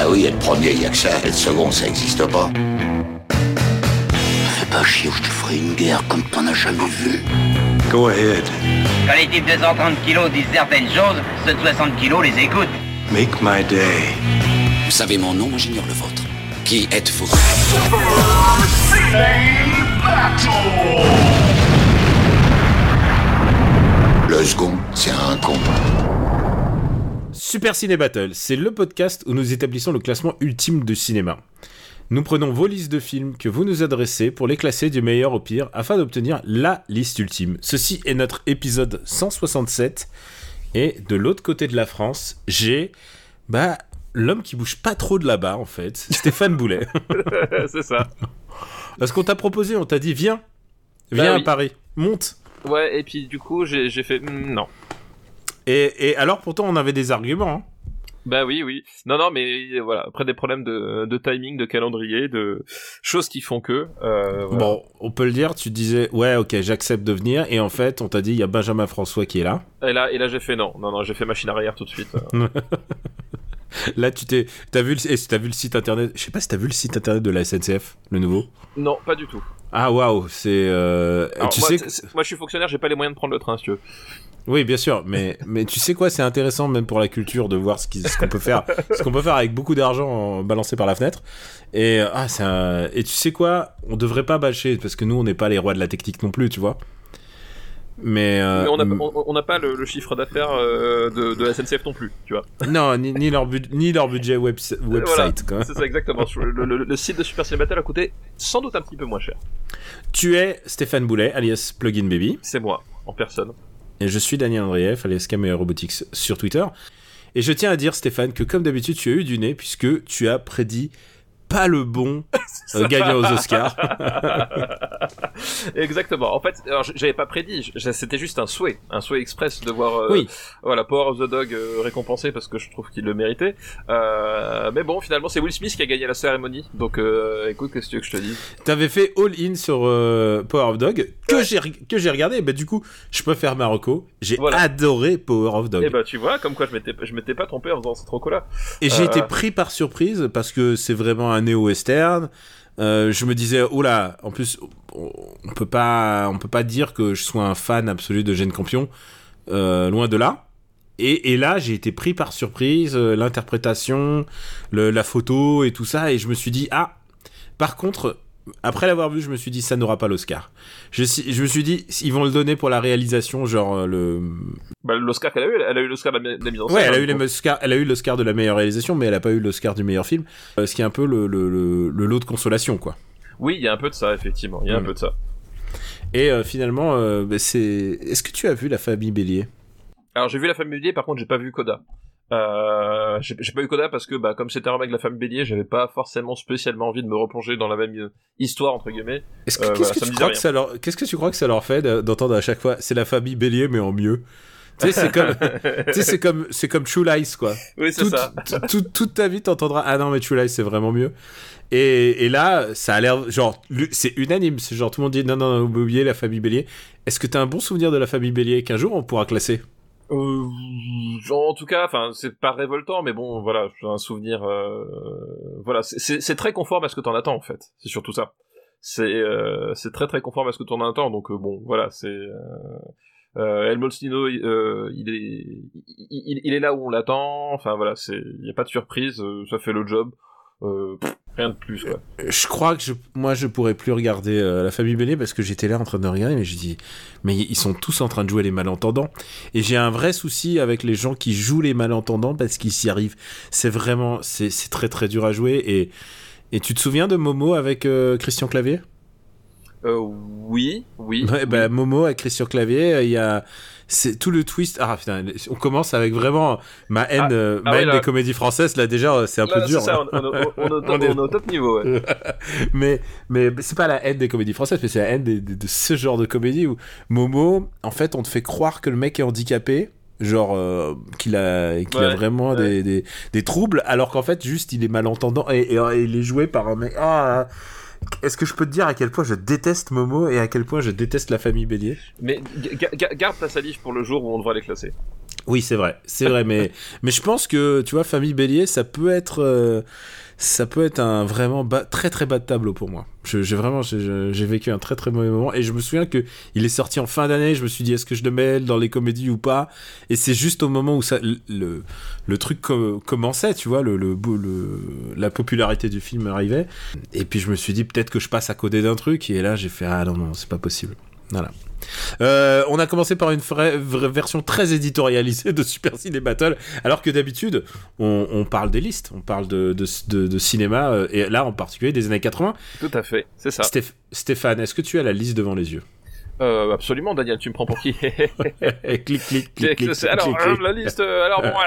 oui, et le premier, il y a que ça, et le second, ça existe pas. Fais pas chier ou je te ferai une guerre comme t'en as jamais vu. Go ahead. Quand les types de 130 kilos disent certaines choses, ceux de 60 kilos les écoutent. Make my day. Vous savez mon nom, j'ignore le vôtre. Qui êtes-vous? Le second, c'est un con. Super Ciné Battle, c'est le podcast où nous établissons le classement ultime de cinéma. Nous prenons vos listes de films que vous nous adressez pour les classer du meilleur au pire afin d'obtenir la liste ultime. Ceci est notre épisode 167 et de l'autre côté de la France, j'ai l'homme qui bouge pas trop de là-bas en fait, Stéphane Boulet. C'est ça. Parce qu'on t'a proposé, on t'a dit viens à oui. Paris, monte. Ouais, et puis du coup j'ai fait non. Et alors pourtant on avait des arguments. Hein. Bah oui. Non, mais voilà. Après des problèmes de timing, de calendrier, de choses qui font que. Voilà. Bon, on peut le dire. Tu disais ouais, ok, j'accepte de venir. Et en fait, on t'a dit il y a Benjamin François qui est là. Et là j'ai fait non, j'ai fait machine arrière tout de suite. Là, t'as vu le site internet. Je sais pas si t'as vu le site internet de la SNCF, le nouveau. Non, pas du tout. Ah waouh, c'est. Alors, tu moi, sais. moi, je suis fonctionnaire, j'ai pas les moyens de prendre le train, si tu veux. Oui, bien sûr, mais tu sais quoi, c'est intéressant même pour la culture de voir ce qu'on peut faire, avec beaucoup d'argent balancé par la fenêtre. Et et tu sais quoi, on devrait pas bâcher parce que nous on n'est pas les rois de la technique non plus, tu vois. Mais on n'a pas le chiffre d'affaires de la SNCF non plus, tu vois. Non, ni leur budget website. Voilà, quoi. c'est ça exactement. Le site de Super Ciné Battle a coûté sans doute un petit peu moins cher. Tu es Stéphane Boulet, alias Plugin Baby. C'est moi, en personne. Et je suis Daniel Andrieff, alias Cameo Robotics sur Twitter. Et je tiens à dire, Stéphane, que comme d'habitude, tu as eu du nez puisque tu as prédit pas le bon gagnant aux Oscars. Exactement. En fait, alors, j'avais pas prédit, c'était juste un souhait express de voir Power of the Dog récompensé parce que je trouve qu'il le méritait. Mais bon, finalement, c'est Will Smith qui a gagné la cérémonie. Donc, écoute, qu'est-ce que tu veux que je te dise? T'avais fait all-in sur Power of Dog que j'ai regardé. Bah du coup, je peux faire Marocco. J'ai adoré Power of Dog. Et bah tu vois, comme quoi je m'étais pas trompé en faisant cette roco-là. Et j'ai été pris par surprise parce que c'est vraiment un néo-western. Je me disais, oula, en plus, on peut pas dire que je sois un fan absolu de Jane Campion, loin de là. Et là, j'ai été pris par surprise, l'interprétation, la photo et tout ça, et je me suis dit, par contre, après l'avoir vu, je me suis dit, ça n'aura pas l'Oscar. Je me suis dit, ils vont le donner pour la réalisation, genre l'Oscar qu'elle a eu, elle a eu l'Oscar de la mise en scène. Ouais, elle a eu l'Oscar de la meilleure réalisation, mais elle a pas eu l'Oscar du meilleur film, ce qui est un peu le lot de consolation, quoi. Oui, il y a un peu de ça, effectivement, il y a un peu de ça. Et finalement, est-ce que tu as vu La Famille Bélier? Alors j'ai vu La Famille Bélier, par contre j'ai pas vu Coda. J'ai pas eu Coda parce que comme c'était un remake de La Famille Bélier, j'avais pas forcément spécialement envie de me replonger dans la même histoire entre guillemets. Qu'est-ce que tu crois que ça leur fait d'entendre à chaque fois c'est La Famille Bélier mais en mieux? Tu sais, c'est comme True Lies, quoi. Oui, c'est ça. Toute ta vie, t'entendras, ah non, mais True Lies, c'est vraiment mieux. Et là, ça a l'air, genre, c'est unanime. C'est genre, tout le monde dit, non, oubliez La Famille Bélier. Est-ce que t'as un bon souvenir de La Famille Bélier qu'un jour on pourra classer? En tout cas, c'est pas révoltant, mais bon, voilà, j'ai un souvenir, c'est très conforme à ce que t'en attends, en fait. C'est surtout ça. C'est très très conforme à ce que t'en attends, donc bon, voilà, c'est, El Molstino, il est là où on l'attend. Enfin voilà, il y a pas de surprise, ça fait le job. Rien de plus, quoi. Je crois que moi je pourrais plus regarder La Famille Bélier parce que j'étais là en train de regarder, mais je dis, mais ils sont tous en train de jouer les malentendants. Et j'ai un vrai souci avec les gens qui jouent les malentendants parce qu'ils s'y arrivent. C'est vraiment, c'est très très dur à jouer. Et tu te souviens de Momo avec Christian Clavier? Oui. Ouais, oui. Momo avec Christian Clavier, il y a c'est tout le twist. Ah putain, on commence avec vraiment ma haine des comédies françaises. Là déjà, c'est un peu dur. C'est ça, on est au top niveau. Ouais. mais c'est pas la haine des comédies françaises, mais c'est la haine de ce genre de comédie où Momo, en fait, on te fait croire que le mec est handicapé. Genre qu'il a vraiment des troubles, alors qu'en fait juste il est malentendant et il est joué par un mec. Est-ce que je peux te dire à quel point je déteste Momo et à quel point je déteste La Famille Bélier? Mais garde ta salive pour le jour où on devra les classer. Oui, c'est vrai, mais je pense que, tu vois, Famille Bélier, ça peut être un vraiment très très bas de tableau pour moi. J'ai vécu un très très mauvais moment, et je me souviens que il est sorti en fin d'année, je me suis dit, est-ce que je le mets dans les comédies ou pas? Et c'est juste au moment où le truc commençait, tu vois, la popularité du film arrivait, et puis je me suis dit, peut-être que je passe à côté d'un truc, et là j'ai fait, ah non, c'est pas possible. Voilà. On a commencé par une version très éditorialisée de Super Ciné Battle, alors que d'habitude on parle des listes, on parle de cinéma, et là en particulier des années 80. Tout à fait, c'est ça. Stéphane, est-ce que tu as la liste devant les yeux? Absolument, Daniel, tu me prends pour qui? clic. Alors, la liste, alors bon...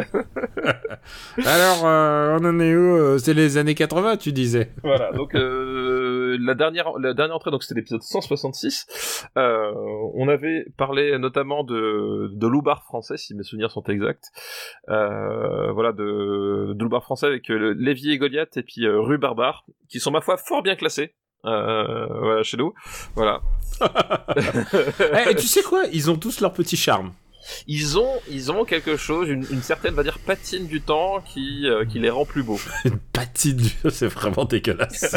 Alors, on en est où? C'est les années 80, tu disais. Voilà, donc la dernière entrée, donc c'était l'épisode 166. On avait parlé notamment de Loubar français, si mes souvenirs sont exacts. Voilà, de Loubar français avec Lévy et Goliath, et puis Rue Barbare, qui sont, ma foi, fort bien classés. Voilà, chez nous. Voilà. Et tu sais quoi? Ils ont tous leur petit charme. Ils ont quelque chose, une certaine, on va dire, patine du temps qui les rend plus beaux. Une patine du temps, c'est vraiment dégueulasse.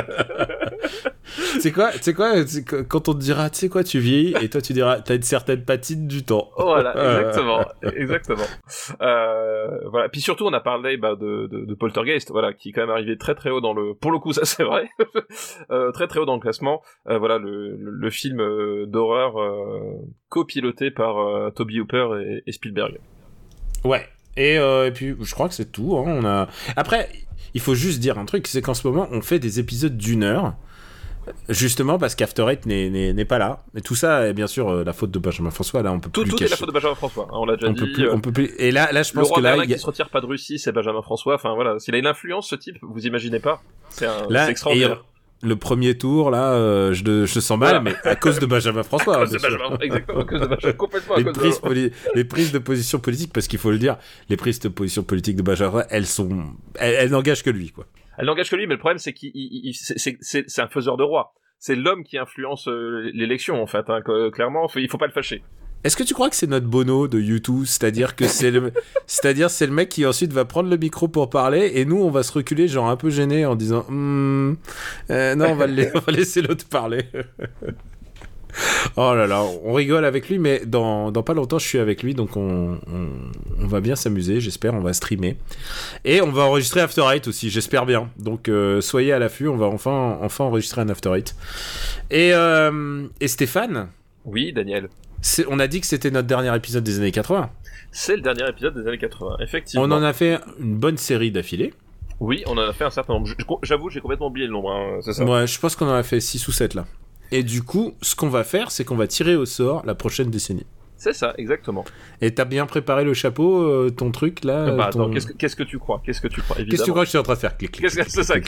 C'est quoi, quand on te dira, tu sais quoi, tu vieillis, et toi tu diras, t'as une certaine patine du temps. Voilà, exactement. Voilà. Puis surtout, on a parlé de Poltergeist, voilà, qui est quand même arrivé très très haut pour le coup, ça c'est vrai, très très haut dans le classement. Voilà, le film d'horreur copiloté par Toby Hooper et Spielberg. Ouais. Et puis je crois que c'est tout. Hein. Après, il faut juste dire un truc, c'est qu'en ce moment, on fait des épisodes d'1 heure. Justement parce qu'After Eight n'est pas là, et tout ça est bien sûr la faute de Benjamin François. Là on peut plus tout cacher. Est la faute de Benjamin François, on l'a déjà dit. On peut plus. Et là je pense que là qui se retire pas de Russie, c'est Benjamin François. Enfin voilà, s'il a une influence, ce type, vous imaginez pas. C'est extraordinaire. Le premier tour là, je sens mal, mais à cause de Benjamin François. Exactement, à cause de Benjamin, complètement à cause de les prises de position politique, parce qu'il faut le dire, les prises de position politique de Benjamin, elles n'engagent que lui, quoi. Elle n'engage que lui, mais le problème, c'est c'est un faiseur de roi. C'est l'homme qui influence l'élection, en fait. Hein, clairement, il faut pas le fâcher. Est-ce que tu crois que c'est notre Bono de U2, c'est-à-dire que c'est le mec qui ensuite va prendre le micro pour parler, et nous on va se reculer genre un peu gêné en disant non, on va laisser l'autre parler. Oh là là, on rigole avec lui, mais dans pas longtemps je suis avec lui, donc on va bien s'amuser, j'espère, on va streamer. Et on va enregistrer After Eight aussi, j'espère bien. Donc soyez à l'affût, on va enfin enregistrer un After Eight. Et Stéphane? Oui, Daniel. On a dit que c'était notre dernier épisode des années 80. C'est le dernier épisode des années 80, effectivement. On en a fait une bonne série d'affilée. Oui, on en a fait un certain nombre. J'avoue, j'ai complètement oublié le nombre, hein, c'est ça? Ouais, je pense qu'on en a fait 6 ou 7 là. Et du coup, ce qu'on va faire, c'est qu'on va tirer au sort la prochaine décennie. C'est ça, exactement. Et t'as bien préparé le chapeau, ton truc là? Attends, qu'est-ce que tu crois? Qu'est-ce que tu crois? Évidemment. Qu'est-ce que tu crois que je suis en train de faire? Clic. C'est ça,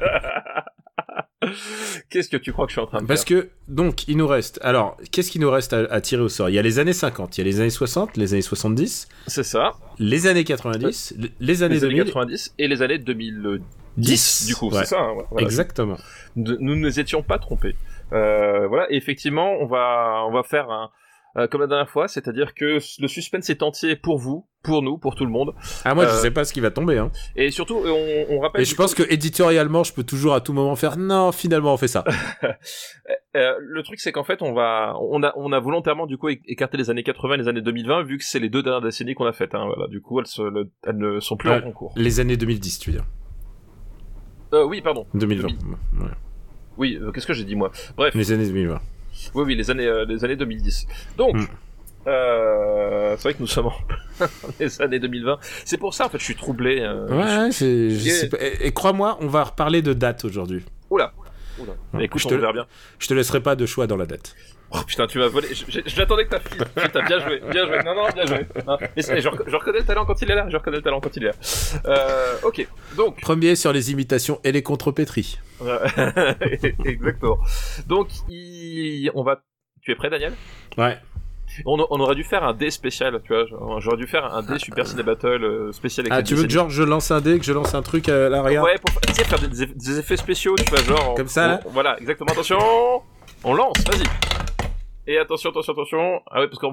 Qu'est-ce que tu crois que je suis en train de faire? Parce que, donc, il nous reste... Alors, qu'est-ce qu'il nous reste à tirer au sort? Il y a les années 50, il y a les années 60, les années 70... C'est ça. Les années 90, les années 2000... 90 et les années 2010, du coup, ouais. C'est ça. Hein, voilà. Exactement. Nous ne nous étions pas trompés. Voilà, et effectivement, on va faire comme la dernière fois, c'est-à-dire que le suspense est entier pour vous, pour nous, pour tout le monde. Ah, moi, je sais pas ce qui va tomber, hein. Et surtout, on rappelle... Et je pense que éditorialement, je peux toujours à tout moment faire, non, finalement, on fait ça. Le truc, c'est qu'en fait, on a volontairement, du coup, écarté les années 80 et les années 2020, vu que c'est les 2 dernières décennies qu'on a faites, hein. Voilà, du coup, elles ne sont plus en concours. Les années 2010, tu veux dire? Oui, pardon. 2020. Ouais. Oui, qu'est-ce que j'ai dit, moi? Bref. Les années 2020. Oui, les années 2010. Donc, c'est vrai que nous sommes en les années 2020. C'est pour ça, en fait, je suis troublé. Et crois-moi, on va reparler de date aujourd'hui. Oula. Écoute, on verra bien. Je te laisserai pas de choix dans la date. Oh putain, tu m'as volé. Je l'attendais que ta fille. Putain, bien joué. Non, bien joué. Non. Mais je reconnais le talent quand il est là. Ok, donc. Premier sur les imitations et les contrepétries. Exactement. Donc, Tu es prêt, Daniel? Ouais. On aurait dû faire un dé spécial, tu vois. J'aurais dû faire un dé Super Ciné Battle spécial. Avec tu veux que genre je lance un dé, que je lance un truc à l'arrière? Ouais, pour faire des effets spéciaux, tu vois, genre. Comme ça, là? Voilà, exactement. Attention, on lance, vas-y. Et attention. Ah ouais, parce qu'en fait,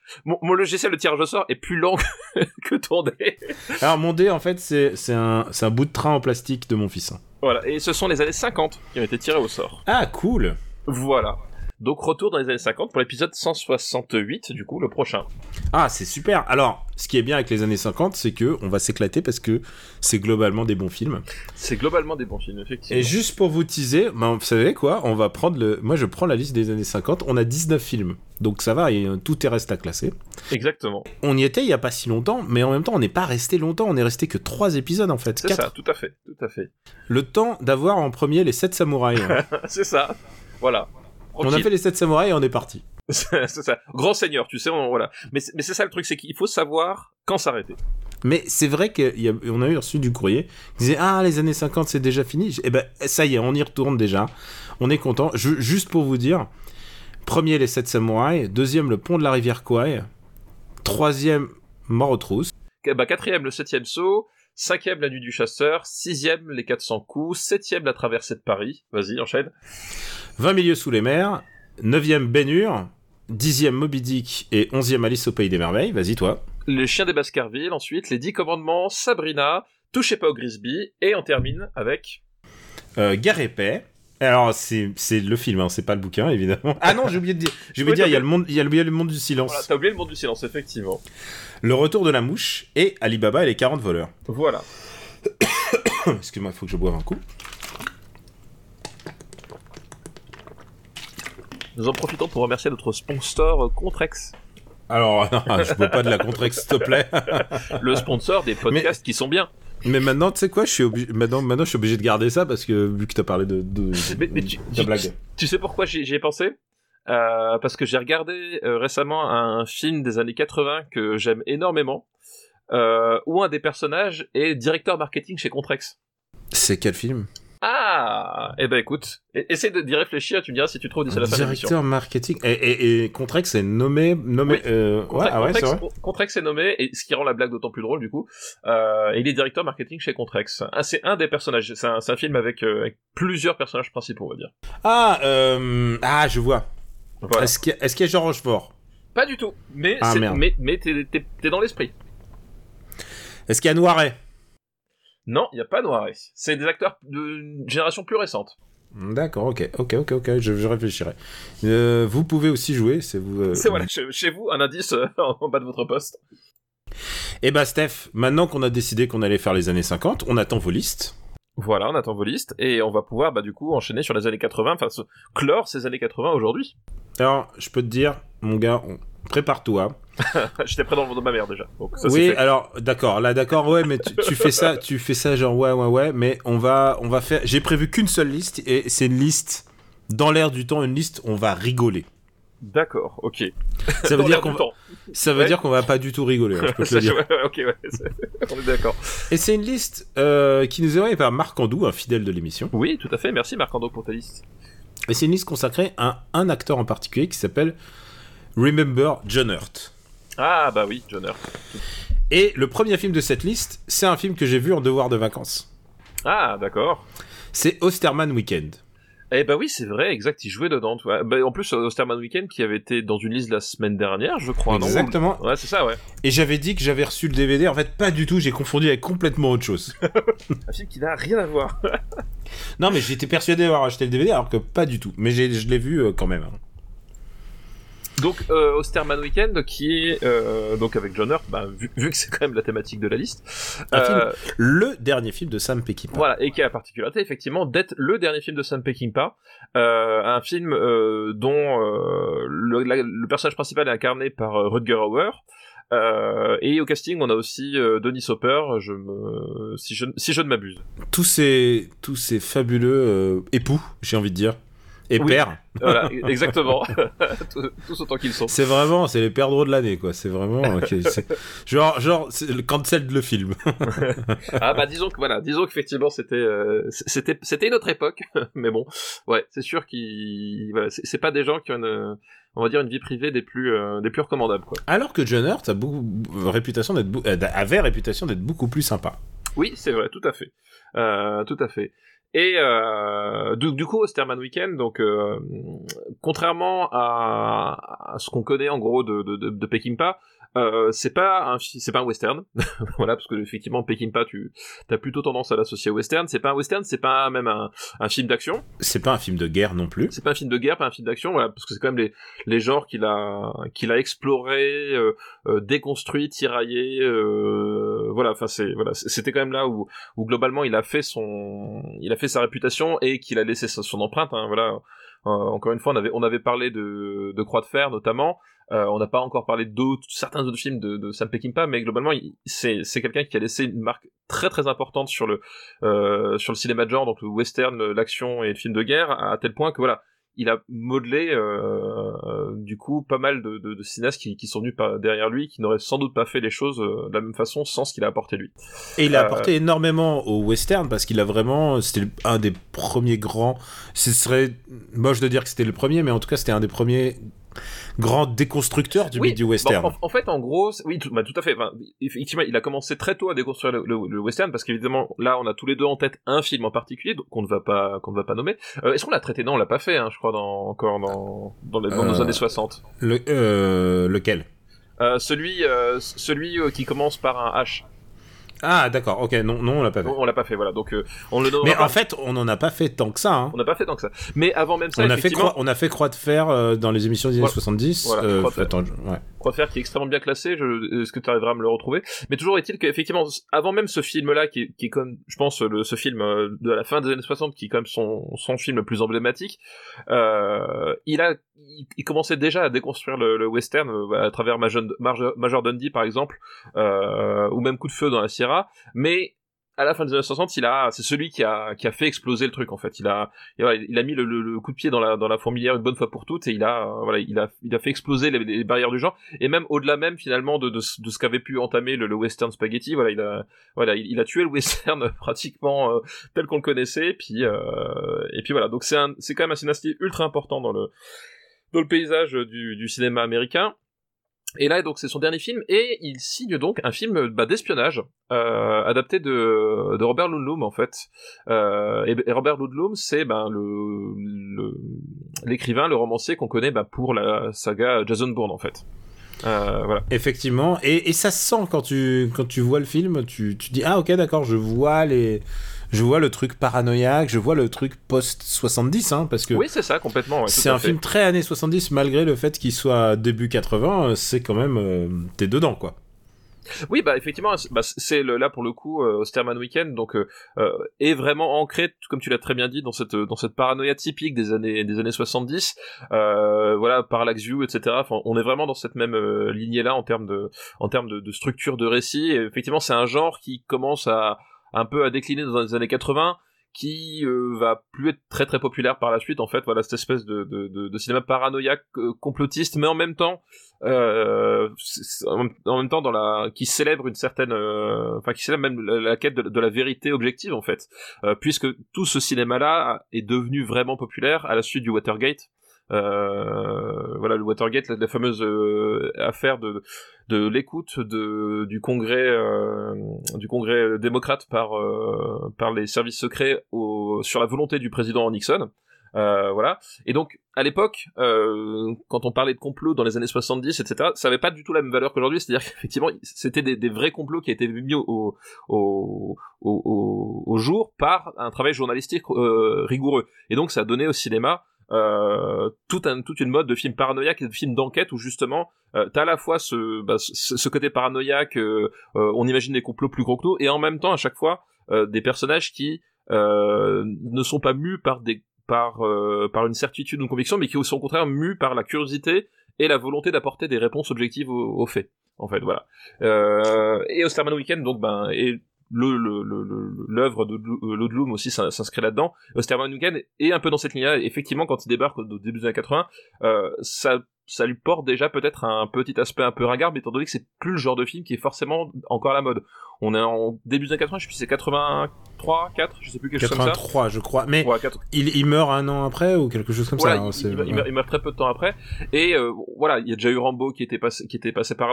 Mon logiciel de tirage au sort est plus lent que ton dé. Alors mon dé en fait c'est un bout de train en plastique de mon fils. Voilà, et ce sont les années 50 qui ont été tirés au sort. Ah cool. Voilà. Donc retour dans les années 50 pour l'épisode 168, du coup, le prochain. Ah, c'est super. Alors, ce qui est bien avec les années 50, c'est que on va s'éclater parce que c'est globalement des bons films. C'est globalement des bons films, effectivement. Et juste pour vous teaser, vous savez quoi, on va prendre moi je prends la liste des années 50, on a 19 films. Donc ça va, tout est reste à classer. Exactement. On y était il y a pas si longtemps, mais en même temps, on n'est pas resté longtemps, on est resté que 3 épisodes en fait. C'est 4. ça, tout à fait. Le temps d'avoir en premier les 7 samouraïs. C'est ça. Voilà. On a fait les 7 samouraïs et on est parti. C'est ça. Grand seigneur, tu sais, voilà. Mais c'est ça le truc, c'est qu'il faut savoir quand s'arrêter. Mais c'est vrai qu'on a eu reçu du courrier qui disait les années 50 c'est déjà fini. Eh ben ça y est, on y retourne déjà. On est content. Juste pour vous dire, premier les 7 samouraïs, deuxième le pont de la rivière Kwai, troisième mort aux trousses. Quatrième le 7e saut, 5e la nuit du chasseur, 6e les 400 coups, 7e la traversée de Paris. Vas-y, enchaîne. 20 milieux sous les mers, 9e Ben-Hur, 10e Moby Dick et 11e Alice au Pays des Merveilles. Vas-y, toi. Les Chiens des Baskerville, ensuite, les 10 Commandements, Sabrina, Touchez pas au Grisby, et on termine avec... Guerre et Paix. Alors, c'est le film, c'est pas le bouquin, évidemment. Ah non, j'ai oublié de dire, il y a le monde du silence. Voilà, t'as oublié le monde du silence, effectivement. Le retour de la mouche et Alibaba et les 40 voleurs. Voilà. Excuse-moi, il faut que je boive un coup. Nous en profitons pour remercier notre sponsor Contrex. Alors, non, je bois pas de la Contrex, s'il te plaît. Le sponsor des podcasts qui sont bien. Mais maintenant, tu sais quoi, maintenant, je suis obligé de garder ça parce que, vu que t'as parlé de blague. Tu sais pourquoi j'y ai pensé parce que j'ai regardé récemment un film des années 80 que j'aime énormément, où un des personnages est directeur marketing chez Contrex. C'est quel film ? Ah, eh ben écoute, essaie d'y réfléchir, tu me diras si tu trouves d'ici la fin de l'émission. Directeur marketing, et Contrex est nommé. Oui. C'est vrai. Contrex est nommé, et ce qui rend la blague d'autant plus drôle du coup. Et il est directeur marketing chez Contrex. C'est un des personnages. C'est un film avec plusieurs personnages principaux, on va dire. Je vois. Voilà. Est-ce qu'il y a Jean Rochefort ? Pas du tout. Mais t'es dans l'esprit. Est-ce qu'il y a Noiret ? Non, il n'y a pas Noiret. C'est des acteurs d'une génération plus récente. D'accord, ok, je réfléchirai. Vous pouvez aussi jouer, c'est vous... C'est voilà, chez vous, un indice en bas de votre poste. Eh ben Steph, maintenant qu'on a décidé qu'on allait faire les années 50, on attend vos listes. Voilà, on attend vos listes, et on va pouvoir du coup enchaîner sur les années 80, enfin clore ces années 80 aujourd'hui. Alors, je peux te dire, mon gars, prépare-toi. J'étais prêt dans le monde de ma mère déjà. Donc ça, oui, alors d'accord, ouais, mais tu fais ça genre ouais, mais on va faire. J'ai prévu qu'une seule liste et c'est une liste dans l'air du temps, une liste on va rigoler. D'accord, ok. Ça veut dire qu'on va pas du tout rigoler. Je peux te le dire. Ok, on est d'accord. Et c'est une liste qui nous est envoyée par Marc Andou, un fidèle de l'émission. Oui, tout à fait. Merci Marc Andou pour ta liste. Et c'est une liste consacrée à un acteur en particulier qui s'appelle Remember John Hurt. Ah bah oui, John Hurt. Et le premier film de cette liste, c'est un film que j'ai vu en devoir de vacances. Ah d'accord. C'est Osterman Weekend. Eh bah oui, c'est vrai, exact, il jouait dedans. En plus, Osterman Weekend qui avait été dans une liste la semaine dernière, je crois. Exactement. Non ouais, c'est ça, ouais. Et j'avais dit que j'avais reçu le DVD, en fait pas du tout, j'ai confondu avec complètement autre chose. Un film qui n'a rien à voir. Non mais j'étais persuadé d'avoir acheté le DVD alors que pas du tout. Mais je l'ai vu quand même. Donc Osterman Weekend qui est donc avec John Hurt, vu que c'est quand même la thématique de la liste, le dernier film de Sam Peckinpah. Voilà, et qui a la particularité effectivement d'être le dernier film de Sam Peckinpah, un film dont le personnage principal est incarné par Rutger Hauer. Et au casting on a aussi Dennis Hopper, si je ne m'abuse. Tous ces fabuleux époux, j'ai envie de dire. Et oui, pères. Voilà, exactement. Tous autant qu'ils sont. C'est les perdreaux de l'année, quoi. C'est vraiment, c'est genre, c'est le cancel le film. Disons qu'effectivement c'était une autre époque, mais bon, ouais, c'est sûr c'est pas des gens qui ont on va dire une vie privée des plus recommandables, quoi. Alors que John Hurt avait réputation d'être beaucoup plus sympa. Oui, c'est vrai, tout à fait. Et du coup, Osterman Weekend, donc contrairement à ce qu'on connaît en gros de Peckinpah, c'est pas un western. Voilà, parce que effectivement Peckinpah, t'as plutôt tendance à l'associer au western. C'est pas un western, c'est pas même un film d'action. C'est pas un film de guerre non plus. C'est pas un film de guerre, pas un film d'action, voilà, parce que c'est quand même les genres qu'il a exploré, déconstruit, tiraillé, voilà, enfin c'était quand même là où globalement il a fait sa réputation et qu'il a laissé son empreinte, hein, voilà. Encore une fois, on avait parlé de Croix de Fer notamment. On n'a pas encore parlé certains autres films de Sam Peckinpah, mais globalement, c'est quelqu'un qui a laissé une marque très très importante sur le cinéma de genre, donc le western, l'action et le film de guerre, à tel point que voilà, il a modelé du coup pas mal de cinéastes qui sont venus derrière lui, qui n'auraient sans doute pas fait les choses de la même façon sans ce qu'il a apporté lui. Et il a apporté énormément au western, parce qu'il a vraiment, c'était un des premiers grands, ce serait moche de dire que c'était le premier, mais en tout cas c'était un des premiers grand déconstructeur du mythe du western. Bon, en fait, en gros, oui, tout à fait. Enfin, effectivement, il a commencé très tôt à déconstruire le western, parce qu'évidemment, là, on a tous les deux en tête un film en particulier qu'on ne va pas nommer. Est-ce qu'on l'a traité? Non, on l'a pas fait, hein, je crois, encore dans nos années 60. Lequel? Celui qui commence par un H. Ah, d'accord, ok, non, on l'a pas fait. On l'a pas fait, voilà, donc on le nomme. Mais en fait, on en a pas fait tant que ça, hein. On n'a pas fait tant que ça. Mais avant même ça, on a fait Croix de Fer dans les émissions des années 70. Voilà, Croix de Fer qui est extrêmement bien classé, est-ce que tu arriveras à me le retrouver? Mais toujours est-il qu'effectivement, avant même ce film-là, qui est comme, je pense, ce film de la fin des années 60, qui est quand même son film le plus emblématique, il commençait déjà à déconstruire le western à travers Major Dundee, par exemple, ou même Coup de feu dans la Sierra, mais à la fin des années 60, c'est celui qui a fait exploser le truc, en fait. Il a mis le coup de pied dans la fourmilière une bonne fois pour toutes, et il a fait exploser les barrières du genre, et même au-delà même, finalement, de ce qu'avait pu entamer le western spaghetti, il a tué le western pratiquement tel qu'on le connaissait, et puis voilà. Donc c'est quand même un cinéaste ultra important dans le paysage du cinéma américain. Et là, donc, c'est son dernier film, et il signe donc un film d'espionnage adapté de Robert Ludlum, en fait. Et Robert Ludlum, c'est l'écrivain, le romancier qu'on connaît pour la saga Jason Bourne, en fait. Voilà. Effectivement, et ça se sent quand tu vois le film, tu dis ah ok d'accord, je vois le truc paranoïaque, je vois le truc post-70, hein, parce que oui, c'est ça, complètement. Ouais, c'est un film très années 70, malgré le fait qu'il soit début 80, c'est quand même... t'es dedans, quoi. Oui, effectivement, c'est là pour le coup, Osterman Weekend, donc est vraiment ancré, comme tu l'as très bien dit, dans cette paranoïa typique des années 70, voilà, Parallax View, etc. Enfin, on est vraiment dans cette même lignée-là en termes de structure de récit. Et effectivement, c'est un genre qui commence un peu à décliner dans les années 80, qui va plus être très très populaire par la suite, en fait. Voilà, cette espèce de cinéma paranoïaque, complotiste, mais en même temps qui célèbre une certaine qui célèbre même la quête de la vérité objective, en fait, puisque tout ce cinéma là est devenu vraiment populaire à la suite du Watergate. Voilà, le Watergate, la fameuse affaire de l'écoute du Congrès démocrate par les services secrets sur la volonté du président Nixon. Voilà. Et donc, à l'époque, quand on parlait de complot dans les années 70, etc., ça avait pas du tout la même valeur qu'aujourd'hui. C'est-à-dire qu'effectivement, c'était des vrais complots qui étaient mis au jour par un travail journalistique rigoureux. Et donc, ça a donné au cinéma toute une mode de films paranoïaques et de films d'enquête où justement t'as à la fois ce côté paranoïaque, on imagine des complots plus gros que nous, et en même temps à chaque fois des personnages qui ne sont pas mus par une certitude ou une conviction, mais qui sont au contraire mus par la curiosité et la volonté d'apporter des réponses objectives aux faits, en fait. Voilà. Et Osterman Weekend, donc est l'œuvre de Ludlum aussi s'inscrit là-dedans. Osterman Weekend est un peu dans cette ligne-là. Effectivement, quand il débarque au début des années 80, ça lui porte déjà peut-être un petit aspect un peu ringard, mais étant donné que c'est plus le genre de film qui est forcément encore à la mode. On est en début des années 80, je sais plus si c'est 83, 4, je sais plus, quelque chose comme ça. 83, je crois. Mais ouais, il meurt un an après ou quelque chose comme ça. Hein, il meurt très peu de temps après. Et voilà, il y a déjà eu Rambo qui était passé par là.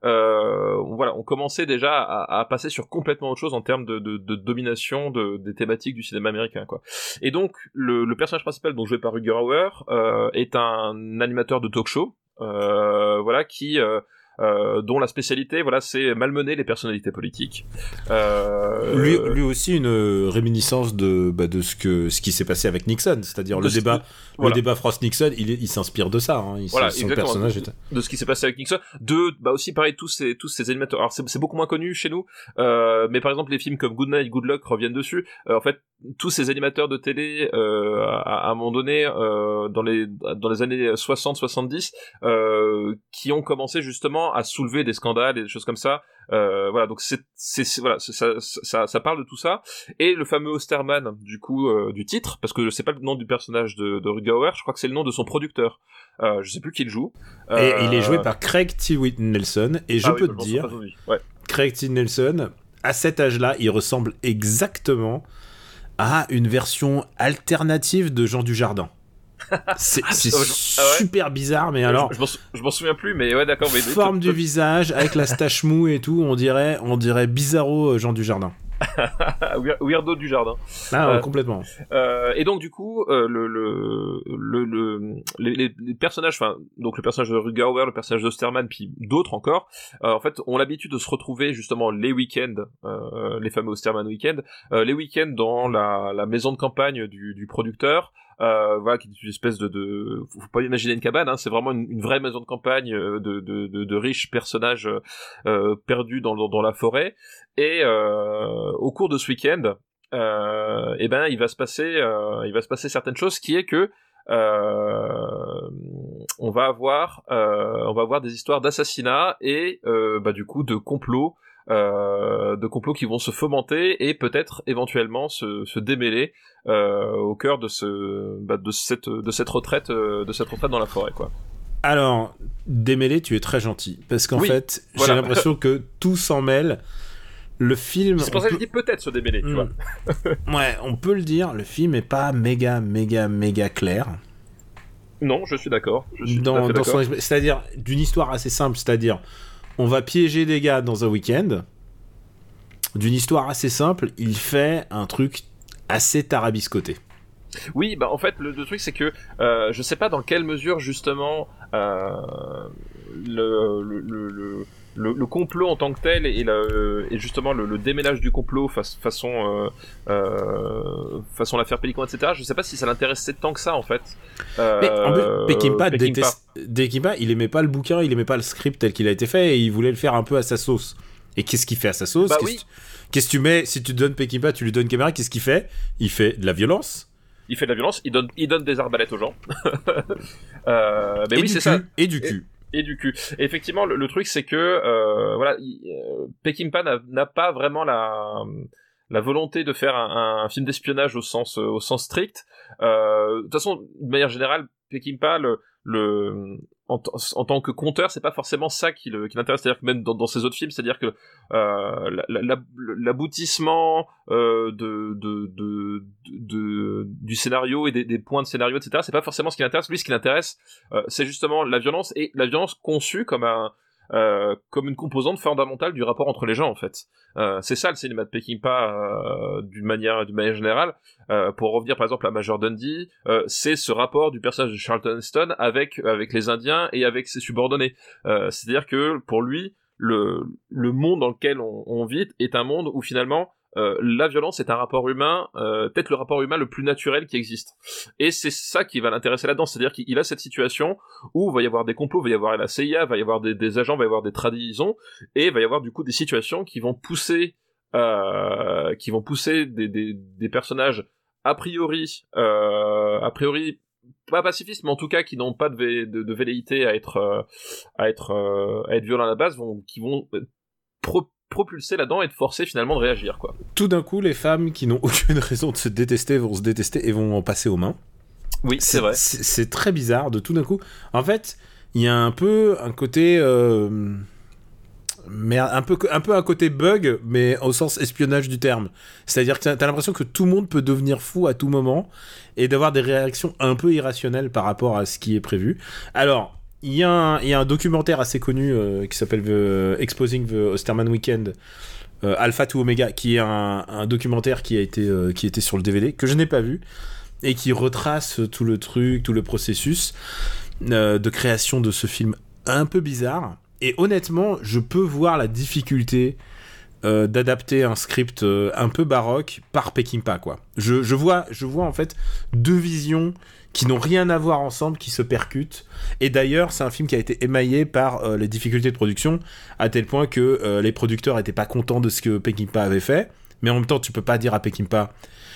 on commençait déjà à passer sur complètement autre chose en termes de domination des thématiques du cinéma américain, quoi. Et donc le personnage principal, donc joué par Rutger Hauer, est un animateur de talk-show, qui dont la spécialité, c'est malmener les personnalités politiques. Lui aussi une réminiscence de ce qui s'est passé avec Nixon, c'est-à-dire le débat Frost-Nixon, il s'inspire de ça. Hein. Son personnage de ce qui s'est passé avec Nixon. Aussi pareil, tous ces animateurs. Alors c'est beaucoup moins connu chez nous, mais par exemple les films comme Good Night, Good Luck reviennent dessus. En fait, tous ces animateurs de télé, à un moment donné, dans les années 60-70, qui ont commencé justement à soulever des scandales et des choses comme ça. Donc ça parle de tout ça. Et le fameux Osterman, du coup, du titre, parce que c'est pas le nom du personnage de Rutger Hauer, je crois que c'est le nom de son producteur. Je sais plus qui le joue. Et il est joué par Craig T. Nelson, et peux te dire, Craig T. Nelson, à cet âge-là, il ressemble exactement à une version alternative de Jean Dujardin. C'est super bizarre, mais alors je m'en souviens plus, mais ouais, d'accord. Forme du visage avec la stache mou et tout, on dirait bizarro Jean Dujardin. Weirdo Dujardin. Complètement. Et donc du coup, les personnages, donc le personnage de Rutger Hauer, le personnage d'Osterman, puis d'autres encore, en fait, ont l'habitude de se retrouver justement les week-ends, les fameux Osterman week-ends, les week-ends dans la maison de campagne du producteur. Qui est une espèce de faut pas imaginer une cabane, hein, c'est vraiment une vraie maison de campagne de riches personnages perdus dans la forêt. Et au cours de ce week-end, il va se passer certaines choses, qui est que on va avoir des histoires d'assassinats et du coup de complots qui vont se fomenter et peut-être éventuellement se démêler au cœur de cette retraite dans la forêt, quoi. Alors, démêler, tu es très gentil, parce qu'en fait, j'ai l'impression que tout s'en mêle. Le film, c'est pour ça que je dis peut-être se démêler, tu vois. Ouais, on peut le dire, le film est pas méga clair. Non, je suis d'accord. C'est-à-dire d'une histoire assez simple, c'est-à-dire on va piéger des gars dans un week-end. D'une histoire assez simple, il fait un truc assez tarabiscoté. Oui, en fait, le truc, c'est que je sais pas dans quelle mesure, justement, le complot en tant que tel et justement le démêlage du complot façon l'affaire Pélican, etc. Je sais pas si ça l'intéressait tant que ça, en fait. Mais en plus, Peckinpah, il aimait pas le bouquin, il aimait pas le script tel qu'il a été fait, et il voulait le faire un peu à sa sauce. Et qu'est-ce qu'il fait à sa sauce? Qu'est-ce que tu mets? Si tu donnes Peckinpah, tu lui donnes caméra, qu'est-ce qu'il fait? Il fait de la violence. Il donne des arbalètes aux gens. C'est ça. Et du cul. Et du cul. Et effectivement, le truc, c'est que Peckinpah n'a pas vraiment la volonté de faire un film d'espionnage au sens strict. De toute façon, de manière générale, Peckinpah, en tant que conteur, c'est pas forcément ça qui l'intéresse. C'est-à-dire que même dans ses autres films, c'est-à-dire que l'aboutissement du scénario et des points de scénario, etc., c'est pas forcément ce qui l'intéresse. Lui, ce qui l'intéresse, c'est justement la violence, et la violence conçue comme une composante fondamentale du rapport entre les gens, en fait. C'est ça le cinéma de Peckinpah d'une manière générale. Pour revenir par exemple à Major Dundee, c'est ce rapport du personnage de Charlton Heston avec les Indiens et avec ses subordonnés. C'est-à-dire que pour lui, le monde dans lequel on vit est un monde où finalement la violence est un rapport humain, peut-être le rapport humain le plus naturel qui existe. Et c'est ça qui va l'intéresser là-dedans, c'est-à-dire qu'il a cette situation où il va y avoir des complots, il va y avoir la CIA, il va y avoir des agents, il va y avoir des trahisons, et il va y avoir du coup des situations qui vont pousser des personnages a priori pas pacifistes, mais en tout cas qui n'ont pas de velléité à être violents à la base, qui vont propulser là-dedans et de forcer finalement de réagir, quoi. Tout d'un coup, les femmes qui n'ont aucune raison de se détester vont se détester et vont en passer aux mains. Oui, c'est vrai. C'est très bizarre de tout d'un coup. En fait, il y a un peu un côté... mais un peu un côté bug, mais au sens espionnage du terme. C'est-à-dire que t'as l'impression que tout le monde peut devenir fou à tout moment et d'avoir des réactions un peu irrationnelles par rapport à ce qui est prévu. Alors, il y a un documentaire assez connu qui s'appelle Exposing the Osterman Weekend, Alpha to Omega, qui est un documentaire qui était sur le DVD, que je n'ai pas vu, et qui retrace tout le processus de création de ce film un peu bizarre. Et honnêtement, je peux voir la difficulté d'adapter un script un peu baroque par Peckinpah, quoi. Je vois en fait deux visions qui n'ont rien à voir ensemble, qui se percutent. Et d'ailleurs, c'est un film qui a été émaillé par les difficultés de production, à tel point que les producteurs n'étaient pas contents de ce que Peckinpah avait fait. Mais en même temps, tu peux pas dire à Peckinpah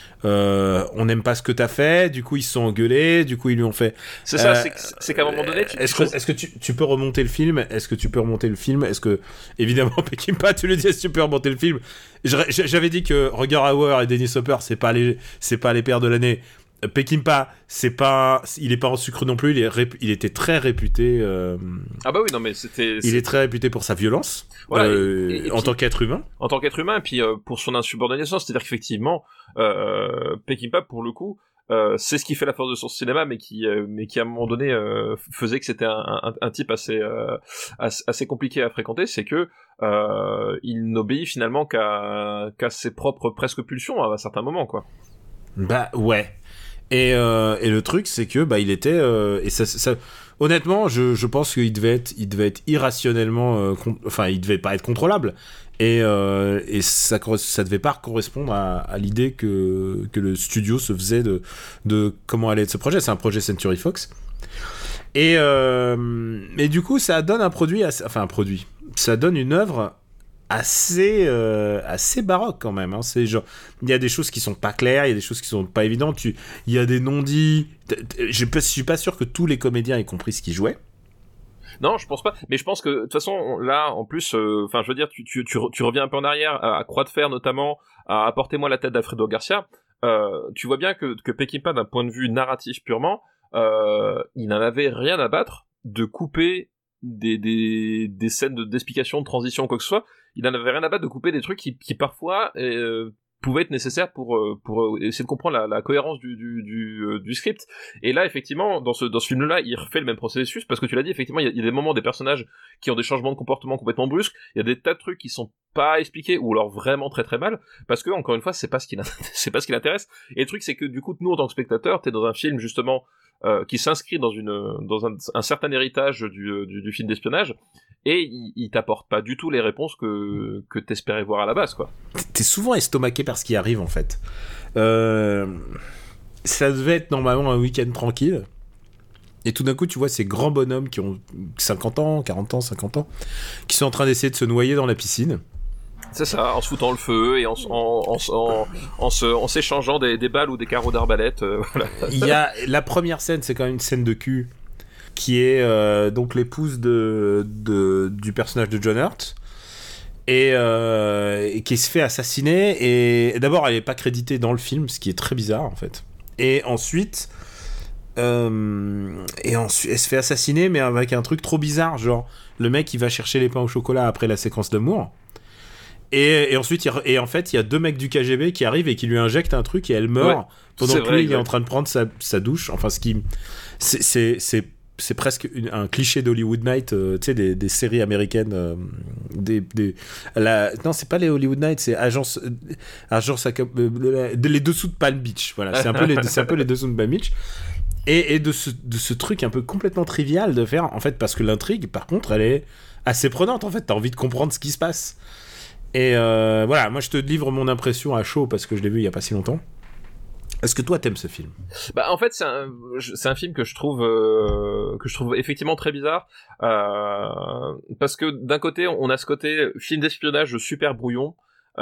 on n'aime pas ce que t'as fait, du coup ils se sont engueulés, du coup ils lui ont fait. C'est ça, c'est qu'à un moment donné, est-ce que tu peux remonter le film ? Est-ce que évidemment Peckinpah, tu lui dis est-ce que tu peux remonter le film ? J'avais dit que Roger Hauer et Dennis Hopper c'est pas les pères de l'année. Peckinpah, il est pas en sucre non plus. Il était très réputé. Ah bah oui, non mais il est très réputé pour sa violence, voilà, en tant qu'être humain. En tant qu'être humain, et puis pour son insubordination, c'est-à-dire qu'effectivement, Peckinpah pour le coup, c'est ce qui fait la force de son cinéma, mais qui à un moment donné faisait que c'était un type assez compliqué à fréquenter, c'est que il n'obéit finalement qu'à ses propres presque pulsions à un certain moment, quoi. Bah ouais. Et le truc, c'est que il était et ça honnêtement, je pense qu'il devait être irrationnellement il devait pas être contrôlable et ça devait pas correspondre à l'idée que le studio se faisait de comment allait être ce projet. C'est un projet Century Fox et du coup ça donne ça donne une œuvre assez baroque quand même, hein. C'est genre, il y a des choses qui sont pas claires, il y a des choses qui sont pas évidentes, il y a des non-dits. Je suis pas sûr que tous les comédiens aient compris ce qu'ils jouaient. Non, je pense pas. Mais je pense que de toute façon, là, en plus, je veux dire, tu reviens un peu en arrière à Croix de Fer notamment, à Apportez-moi la tête d'Alfredo Garcia. Tu vois bien que Peckinpah, d'un point de vue narratif purement, il n'en avait rien à battre de couper des scènes d'explication, de transition, quoi que ce soit. Il n'en avait rien à battre de couper des trucs qui parfois pouvaient être nécessaires pour essayer de comprendre la cohérence du script. Et là, effectivement, dans ce film-là, il refait le même processus, parce que tu l'as dit, effectivement, il y a des moments, des personnages qui ont des changements de comportement complètement brusques, il y a des tas de trucs qui sont pas expliqués, ou alors vraiment très très mal, parce que, encore une fois, c'est pas ce qui l'intéresse. Et le truc, c'est que, du coup, nous, en tant que spectateurs, t'es dans un film, justement, qui s'inscrit dans un certain héritage du film d'espionnage, et il t'apporte pas du tout les réponses que t'espérais voir à la base, quoi. T'es souvent estomaqué par ce qui arrive, en fait. Ça devait être normalement un week-end tranquille, et tout d'un coup tu vois ces grands bonhommes qui ont 50 ans, 40 ans, 50 ans, qui sont en train d'essayer de se noyer dans la piscine. C'est ça, en se foutant le feu et en s'échangeant des balles ou des carreaux d'arbalète. Voilà. Il y a la première scène, c'est quand même une scène de cul, qui est donc l'épouse du personnage de John Hurt, et qui se fait assassiner. Et d'abord, elle est pas créditée dans le film, ce qui est très bizarre en fait. Et ensuite, elle se fait assassiner, mais avec un truc trop bizarre, genre le mec il va chercher les pains au chocolat après la séquence d'amour. Et ensuite, en fait, il y a deux mecs du KGB qui arrivent et qui lui injectent un truc et elle meurt pendant que lui il est en train de prendre sa douche. Enfin, c'est presque un cliché d'Hollywood Night, tu sais, des séries américaines, non, c'est pas les Hollywood Night, c'est agence les dessous de Palm Beach. Voilà, c'est un peu les dessous de Palm Beach. Et de ce truc un peu complètement trivial de faire, en fait, parce que l'intrigue, par contre, elle est assez prenante. En fait, t'as envie de comprendre ce qui se passe. Et voilà, moi je te livre mon impression à chaud parce que je l'ai vu il y a pas si longtemps. Est-ce que toi t'aimes ce film ? Bah en fait c'est un film que je trouve effectivement très bizarre, parce que d'un côté on a ce côté film d'espionnage super brouillon,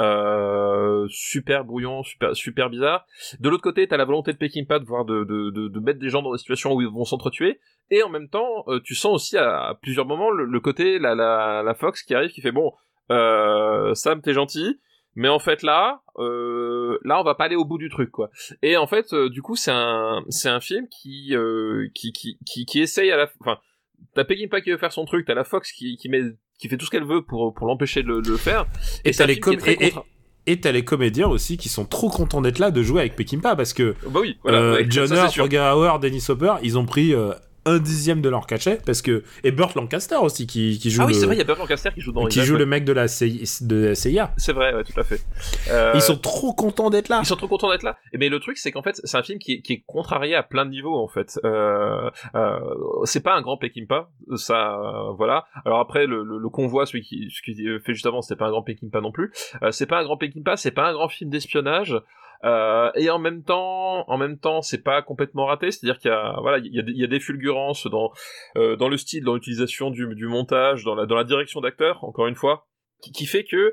super bizarre. De l'autre côté t'as la volonté de Peckinpah de mettre des gens dans des situations où ils vont s'entretuer, et en même temps tu sens aussi à plusieurs moments le côté la Fox qui arrive, qui fait bon, Sam t'es gentil, mais en fait là on va pas aller au bout du truc, quoi. Et en fait du coup c'est un film qui essaye enfin t'as Peckinpah qui veut faire son truc, t'as la Fox qui fait tout ce qu'elle veut pour l'empêcher de le faire, et t'as les comédiens aussi qui sont trop contents d'être là, de jouer avec Peckinpah, parce que bah oui, voilà, John Hurt, Roger Hauer, Dennis Hopper, ils ont pris un dixième de leur cachet, parce que... Et Burt Lancaster aussi, qui joue c'est vrai, il y a Burt Lancaster qui joue dans qui joue le mec de la CIA. C'est vrai, ouais, tout à fait. Ils sont trop contents d'être là. Mais le truc, c'est qu'en fait, c'est un film qui est contrarié à plein de niveaux, en fait. C'est pas un grand Peckinpah, ça, voilà. Alors après, le convoi, ce qui fait juste avant, c'était pas un grand Peckinpah non plus. C'est pas un grand Peckinpah, c'est pas un grand film d'espionnage. Et en même temps, c'est pas complètement raté, c'est-à-dire il y a des fulgurances dans le style, dans l'utilisation du montage, dans la direction d'acteur, encore une fois, qui fait que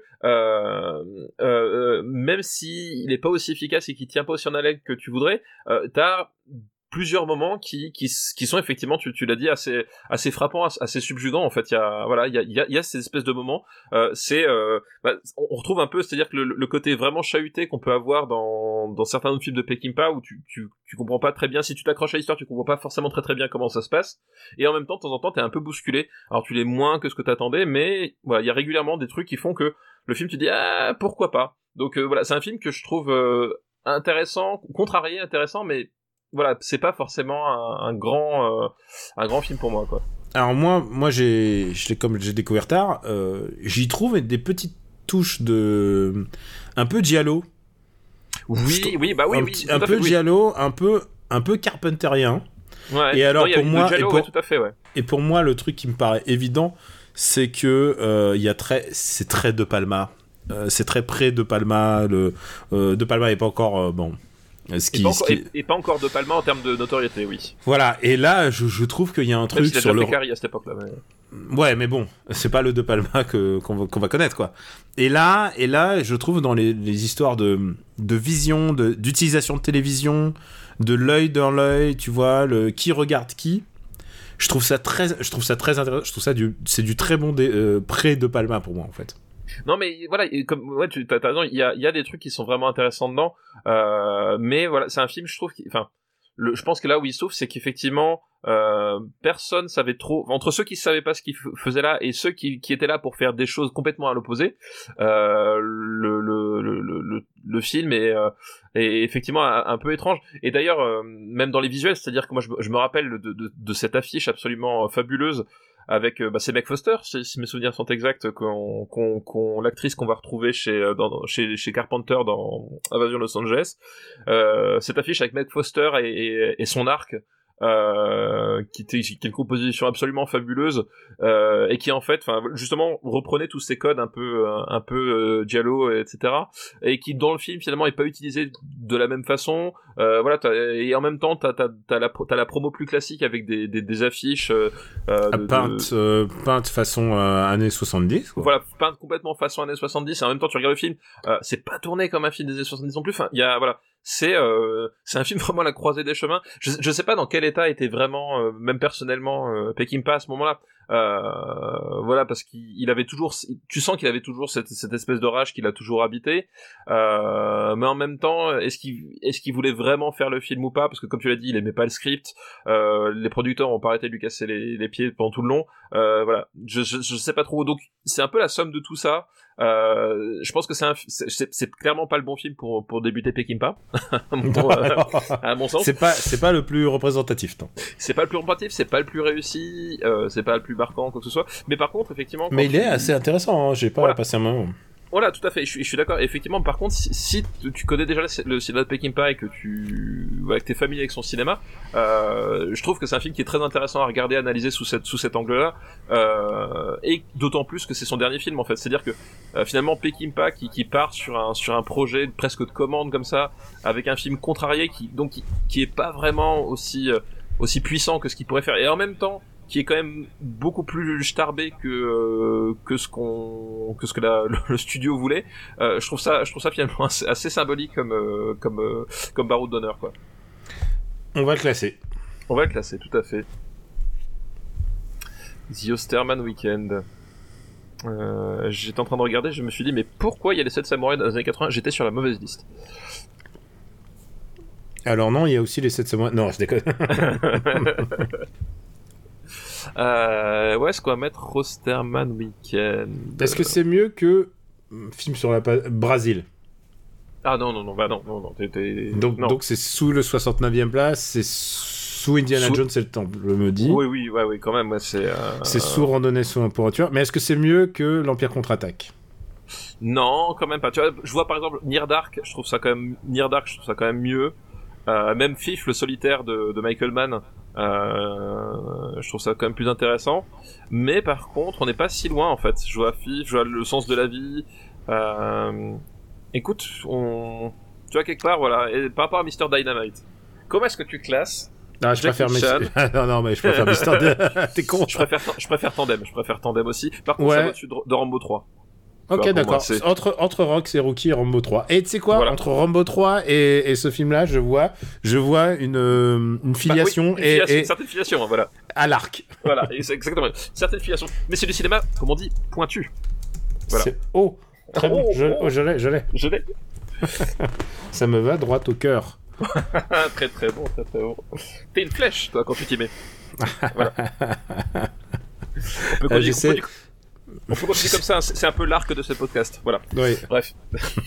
même si il est pas aussi efficace et qui tient pas aussi en haleine que tu voudrais, t'as plusieurs moments qui sont effectivement, tu l'as dit, assez frappants, assez subjugants, en fait. Il y a ces espèces de moments, on retrouve un peu, c'est-à-dire que le côté vraiment chahuté qu'on peut avoir dans certains autres films de Peckinpah, où tu comprends pas très bien, si tu t'accroches à l'histoire, tu comprends pas forcément très très bien comment ça se passe, et en même temps, de temps en temps, t'es un peu bousculé. Alors tu l'es moins que ce que t'attendais, mais voilà, il y a régulièrement des trucs qui font que le film, tu dis, ah, pourquoi pas. Donc voilà, c'est un film que je trouve intéressant, contrarié, intéressant, mais voilà, c'est pas forcément un grand film pour moi, quoi. Alors moi comme j'ai découvert tard, j'y trouve des petites touches de un peu giallo. Oui, un peu giallo, un peu carpenterien. Ouais. Et alors pour moi, tout à fait, ouais. Et pour moi, le truc qui me paraît évident, c'est que c'est très De Palma. C'est très près de Palma. De Palma est pas encore bon. Et pas encore De Palma en termes de notoriété, oui. Voilà, et là, je trouve qu'il y a un truc sur le... Carré à cette époque-là. Mais... Ouais, mais bon, c'est pas le De Palma qu'on va connaître, quoi. Et là, je trouve dans les histoires de vision, d'utilisation de télévision, de l'œil dans l'œil, tu vois, qui regarde qui. Je trouve ça très intéressant. Je trouve ça c'est du très bon pré-De Palma pour moi, en fait. Non, mais voilà, comme ouais, t'as raison, il y a des trucs qui sont vraiment intéressants dedans, mais voilà, c'est un film, je trouve, je pense que là où il souffre, c'est qu'effectivement personne savait trop, entre ceux qui savaient pas ce qu'ils faisaient là et ceux qui étaient là pour faire des choses complètement à l'opposé, le film est effectivement un peu étrange. Et d'ailleurs, même dans les visuels, c'est-à-dire que moi je me rappelle de cette affiche absolument fabuleuse avec c'est Meg Foster, si mes souvenirs sont exacts, l'actrice qu'on va retrouver chez Carpenter dans Invasion Los Angeles, cette affiche avec Meg Foster et son arc, qui est une composition absolument fabuleuse, et qui en fait, enfin justement reprenait tous ces codes un peu giallo, etc., et qui dans le film finalement est pas utilisé de la même façon. Voilà, et en même temps t'as la promo plus classique avec des affiches peintes façon années 70, quoi. Voilà, peintes complètement façon années 70, et en même temps tu regardes le film, c'est pas tourné comme un film des années 70 non plus. Enfin, il y a voilà, c'est un film vraiment à la croisée des chemins. Je sais pas dans quel état était vraiment, même personnellement, Peckinpah à ce moment-là. Voilà, parce qu'il avait toujours, tu sens qu'il avait toujours cette espèce de rage qu'il a toujours habité, mais en même temps, est-ce qu'il voulait vraiment faire le film ou pas, parce que comme tu l'as dit, il aimait pas le script, les producteurs ont pas arrêté de lui casser les pieds pendant tout le long, voilà, je sais pas trop, donc c'est un peu la somme de tout ça. Je pense que c'est clairement pas le bon film pour débuter Peckinpah, à mon sens. C'est pas le plus représentatif, non. C'est pas le plus représentatif, c'est pas le plus réussi, c'est pas le plus marquant, quoi que ce soit. Mais par contre, effectivement. Mais il est assez intéressant, hein. J'ai pas passé un moment. Voilà, tout à fait. Je suis d'accord. Effectivement, par contre, si tu connais déjà le cinéma de Peckinpah et que que t'es familier avec son cinéma, je trouve que c'est un film qui est très intéressant à regarder, à analyser sous cet angle-là, et d'autant plus que c'est son dernier film en fait. C'est-à-dire que finalement Peckinpah qui part sur un projet presque de commande comme ça, avec un film contrarié qui est pas vraiment aussi puissant que ce qu'il pourrait faire, et en même temps qui est quand même beaucoup plus starbé que ce que le studio voulait. Je trouve ça finalement assez symbolique comme Baroud d'honneur, quoi. On va le classer, tout à fait. The Osterman Weekend. J'étais en train de regarder, je me suis dit mais pourquoi il y a les 7 samouraïs dans les années 80? J'étais sur la mauvaise liste. Alors non, il y a aussi les 7 samouraïs. Non, je déconne. Est-ce qu'on va mettre Osterman Weekend? Est-ce que c'est mieux que film sur la Brésil? Ah non, bah non. Donc c'est sous le 69e place, c'est Sous Indiana Jones et le Temple, je me dis. Oui, quand même, ouais, c'est... C'est sous randonnée, sous impérature. Mais est-ce que c'est mieux que l'Empire contre-attaque? Non, quand même pas. Tu vois, je vois par exemple Near Dark, je trouve ça quand même mieux. Même Fif, le solitaire de Michael Mann, je trouve ça quand même plus intéressant. Mais par contre, on n'est pas si loin en fait. Je vois Fif, je vois Le Sens de la Vie. Écoute, tu vois quelque part, voilà. Et par rapport à Mr. Dynamite, comment est-ce que tu classes? Ah, je préfère non, mais je préfère Mr. T'es con. Je préfère Tandem aussi. Par contre, Ouais. ça va au-dessus de Rambo 3. Ok, d'accord. Entre Rox et Rookie et Rambo 3. Et tu sais quoi, voilà. Entre Rambo 3 et ce film-là, je vois une filiation une certaine filiation, voilà. À l'arc. Voilà, exactement. Certaine filiation. Mais c'est du cinéma, comme on dit, pointu. Voilà. C'est très bon. Je l'ai. Ça me va droit au cœur. Très très bon. T'es une flèche, toi, quand tu t'y mets. Voilà. On peut continuer comme ça, c'est un peu l'arc de ce podcast, voilà. Oui. Bref.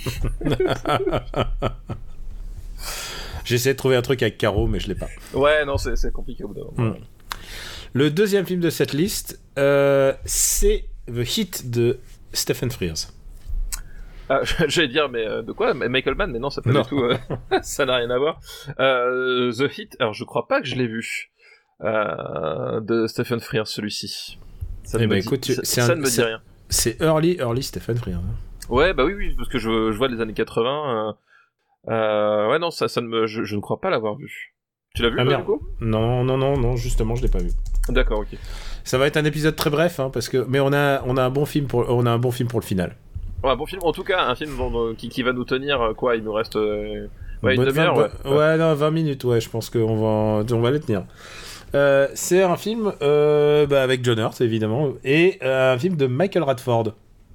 J'essaie de trouver un truc avec Caro, mais je l'ai pas. Ouais, non, c'est compliqué au bout d'un moment. Le deuxième film de cette liste, c'est The Hit de Stephen Frears. J'allais dire, mais de quoi? Michael Mann, mais non, ça pas du tout. Ça n'a rien à voir. The Hit, alors je crois pas que je l'ai vu de Stephen Frears, celui-ci. Ça ne me dit rien. C'est early Stephen Frears. Ouais, bah oui, parce que je vois les années 80. Ouais, non, je ne crois pas l'avoir vu. Tu l'as vu, du coup? Non, justement, je l'ai pas vu. D'accord, ok. Ça va être un épisode très bref, hein, mais on a un bon film pour le final. Ouais, un bon film, en tout cas, un film qui va nous tenir, quoi, il nous reste une demi-heure. Ouais, non, 20 minutes, ouais, je pense qu'on va les tenir. C'est un film avec John Hurt, évidemment, et un film de Michael Radford.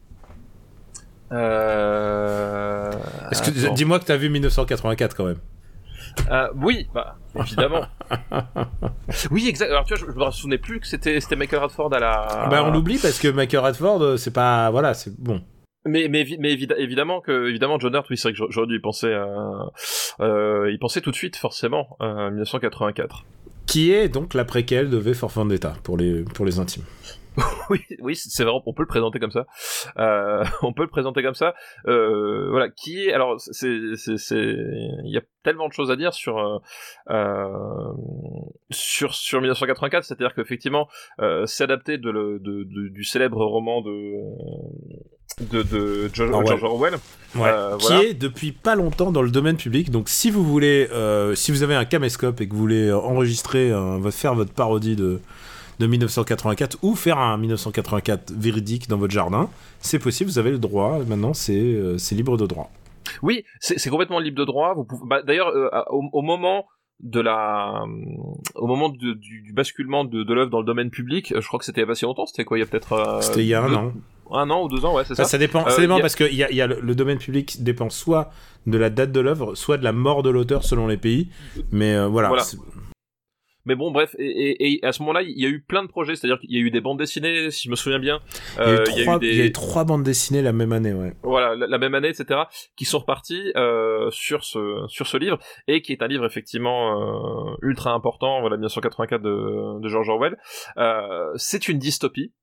Dis-moi que t'as vu 1984 quand même. Oui, bah, évidemment. Oui, exact. Alors tu vois, je me souvenais plus que c'était Michael Radford à la... Bah, on l'oublie parce que Michael Radford, c'est pas... Voilà, c'est bon. Mais évidemment John Hurt, oui, c'est vrai que j'aurais dû y penser. Il pensait tout de suite, forcément, 1984. Qui est donc la préquelle de V for Vendetta pour les intimes. oui, c'est vrai, on peut le présenter comme ça. Voilà, qui est, alors il y a tellement de choses à dire sur 1984, c'est-à-dire qu'effectivement, c'est adapté du célèbre roman de George Orwell, qui est depuis pas longtemps dans le domaine public. Donc si vous voulez, si vous avez un caméscope et que vous voulez enregistrer, faire votre parodie de 1984 ou faire un 1984 véridique dans votre jardin, c'est possible, vous avez le droit. Maintenant, c'est libre de droit. Oui, c'est complètement libre de droit. Vous pouvez, d'ailleurs, au moment du basculement de l'œuvre dans le domaine public, je crois que c'était il y a pas si longtemps. C'était quoi? Il y a peut-être. C'était il y a un an. Un an ou 2 ans, ouais, c'est ça. Ça dépend parce que le domaine public dépend soit de la date de l'œuvre, soit de la mort de l'auteur selon les pays. Mais voilà. Mais bon, bref, et à ce moment-là, il y a eu plein de projets, c'est-à-dire qu'il y a eu des bandes dessinées, si je me souviens bien. Il y a eu 3 bandes dessinées la même année, ouais. Voilà, la même année, etc., qui sont repartis sur ce livre, et qui est un livre effectivement ultra important, voilà, 1984 de George Orwell. C'est une dystopie.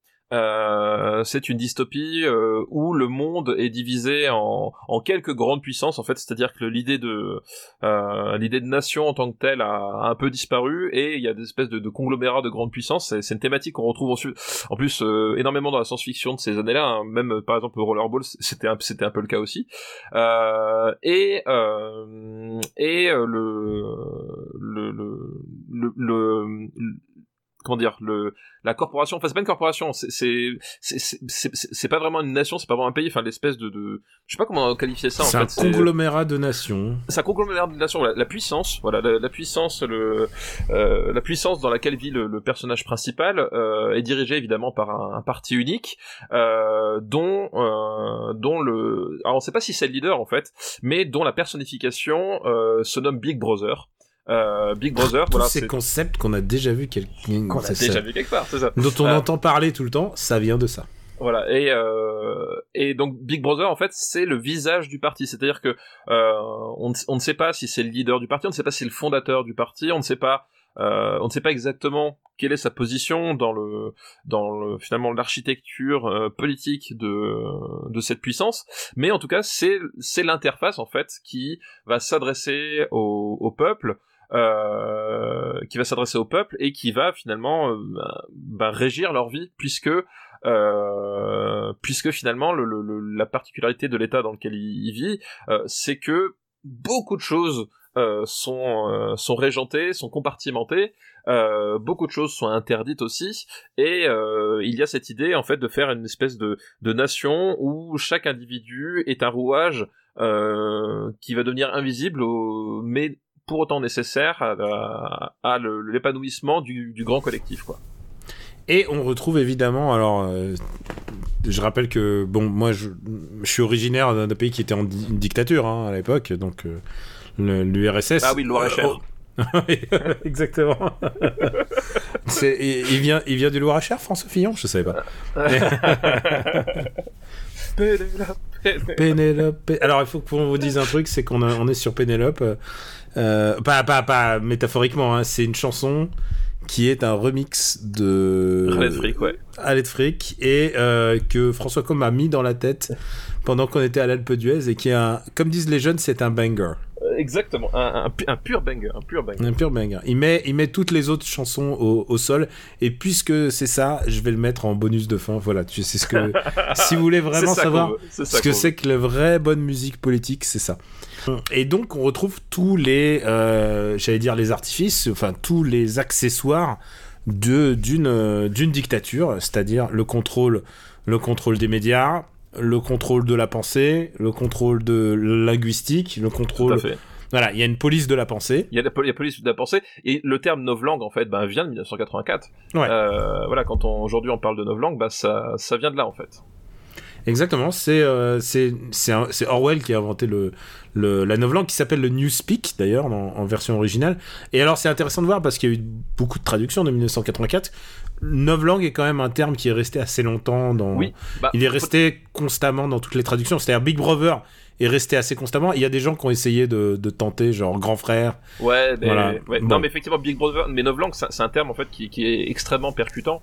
Où le monde est divisé en quelques grandes puissances, en fait, c'est-à-dire que l'idée de nation en tant que telle a un peu disparu, et il y a des espèces de conglomérats de grandes puissances. C'est une thématique qu'on retrouve en plus énormément dans la science-fiction de ces années-là, hein. Même par exemple Rollerball, c'était un peu le cas aussi. Comment dire, la corporation, enfin c'est pas une corporation, c'est pas vraiment une nation, c'est pas vraiment un pays, enfin l'espèce de je sais pas comment qualifier ça, en fait. C'est un conglomérat de nations. C'est un conglomérat de nations, la puissance, voilà, la puissance dans laquelle vit le personnage principal est dirigée évidemment par un parti unique, dont alors on sait pas si c'est le leader en fait, mais dont la personnification se nomme Big Brother. Big Brother, tous ces concepts qu'on a déjà vu quelque part, c'est ça. Dont on entend parler tout le temps, ça vient de ça. Voilà, et donc Big Brother en fait c'est le visage du parti, c'est-à-dire que on ne sait pas si c'est le leader du parti, on ne sait pas si c'est le fondateur du parti, on ne sait pas on ne sait pas exactement quelle est sa position dans finalement l'architecture politique de cette puissance, mais en tout cas c'est l'interface en fait qui va s'adresser au peuple, et qui va finalement régir leur vie, puisque finalement la particularité de l'état dans lequel il vit, c'est que beaucoup de choses sont régentées, sont compartimentées, beaucoup de choses sont interdites aussi, et il y a cette idée en fait de faire une espèce de nation où chaque individu est un rouage qui va devenir invisible, mais pour autant nécessaire à l'épanouissement du grand collectif, quoi. Et on retrouve évidemment, alors je rappelle que moi je suis originaire d'un pays qui était en dictature à l'époque, donc l'URSS. Ah oui, le Loir-et-Cher. Exactement. Il vient du Loir-et-Cher, François Fillon, je savais pas. Pénélope. Alors il faut qu'on vous dise un truc, c'est qu'on est sur Pénélope, pas métaphoriquement, c'est une chanson qui est un remix de Aled Frick, et que François Com a mis dans la tête pendant qu'on était à l'Alpe d'Huez, et qui est comme disent les jeunes, c'est un banger. Exactement, un pur banger. Un pur banger. Il met toutes les autres chansons au sol, et puisque c'est ça, je vais le mettre en bonus de fin. Voilà, c'est ce que si vous voulez vraiment savoir ce que c'est que la vraie bonne musique politique, c'est ça. Et donc on retrouve tous les j'allais dire les artifices, enfin tous les accessoires d'une dictature, c'est-à-dire le contrôle des médias, le contrôle de la pensée, le contrôle de linguistique, le contrôle... Tout à fait. Voilà, il y a une police de la pensée. Il y a la police de la pensée, et le terme novlangue en fait vient de 1984. Ouais. Voilà, quand aujourd'hui on parle de novlangue, ça vient de là en fait. Exactement, c'est Orwell qui a inventé la novlangue, qui s'appelle le Newspeak d'ailleurs en version originale. Et alors c'est intéressant de voir parce qu'il y a eu beaucoup de traductions de 1984. Novlangue est quand même un terme qui est resté assez longtemps il est resté constamment dans toutes les traductions. C'est-à-dire Big Brother est resté assez constamment. Il y a des gens qui ont essayé de tenter, genre Grand Frère. Ouais, mais, voilà. Ouais. Bon. Non, mais effectivement, Big Brother, mais novlangue, c'est un terme en fait qui est extrêmement percutant,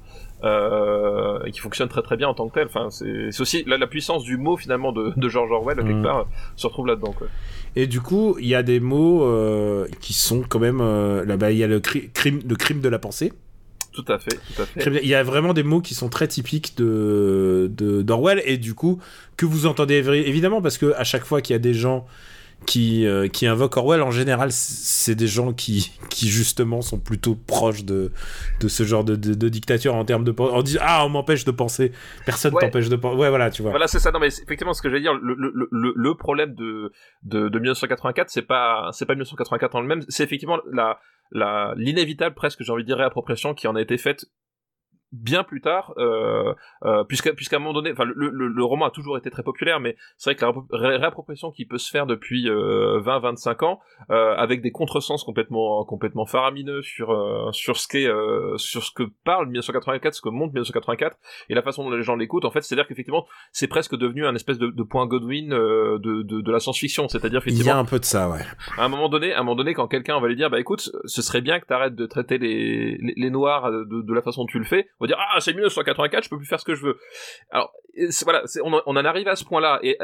et qui fonctionne très très bien en tant que tel. Enfin, c'est aussi la puissance du mot finalement de George Orwell, quelque part, se retrouve là-dedans, quoi. Et du coup, il y a des mots qui sont quand même là-bas. Il y a le crime de la pensée. Tout à fait. Il y a vraiment des mots qui sont très typiques d'Orwell, et du coup que vous entendez évidemment, parce que à chaque fois qu'il y a des gens qui invoquent Orwell, en général c'est des gens qui justement sont plutôt proches de ce genre de dictature en termes de on dit on m'empêche de penser, personne t'empêche de penser. Ouais, voilà, tu vois. Voilà, c'est ça. Non, mais effectivement, ce que j'allais dire, le problème de 1984, c'est pas 1984 en lui-même, c'est effectivement l'inévitable, presque, j'ai envie de dire, réappropriation qui en a été faite bien plus tard, puisqu'à un moment donné, enfin, le roman a toujours été très populaire, mais c'est vrai que la réappropriation qui peut se faire depuis 20-25 ans, avec des contresens complètement faramineux sur ce que parle 1984, ce que montre 1984, et la façon dont les gens l'écoutent, en fait, c'est-à-dire qu'effectivement, c'est presque devenu un espèce de point Godwin de la science-fiction, c'est-à-dire effectivement. Il y a un peu de ça, ouais. À un moment donné, quand quelqu'un va lui dire, bah écoute, ce serait bien que t'arrêtes de traiter les noirs de la façon dont tu le fais, on va dire, c'est 1984, je peux plus faire ce que je veux. Alors, voilà, on en arrive à ce point-là, et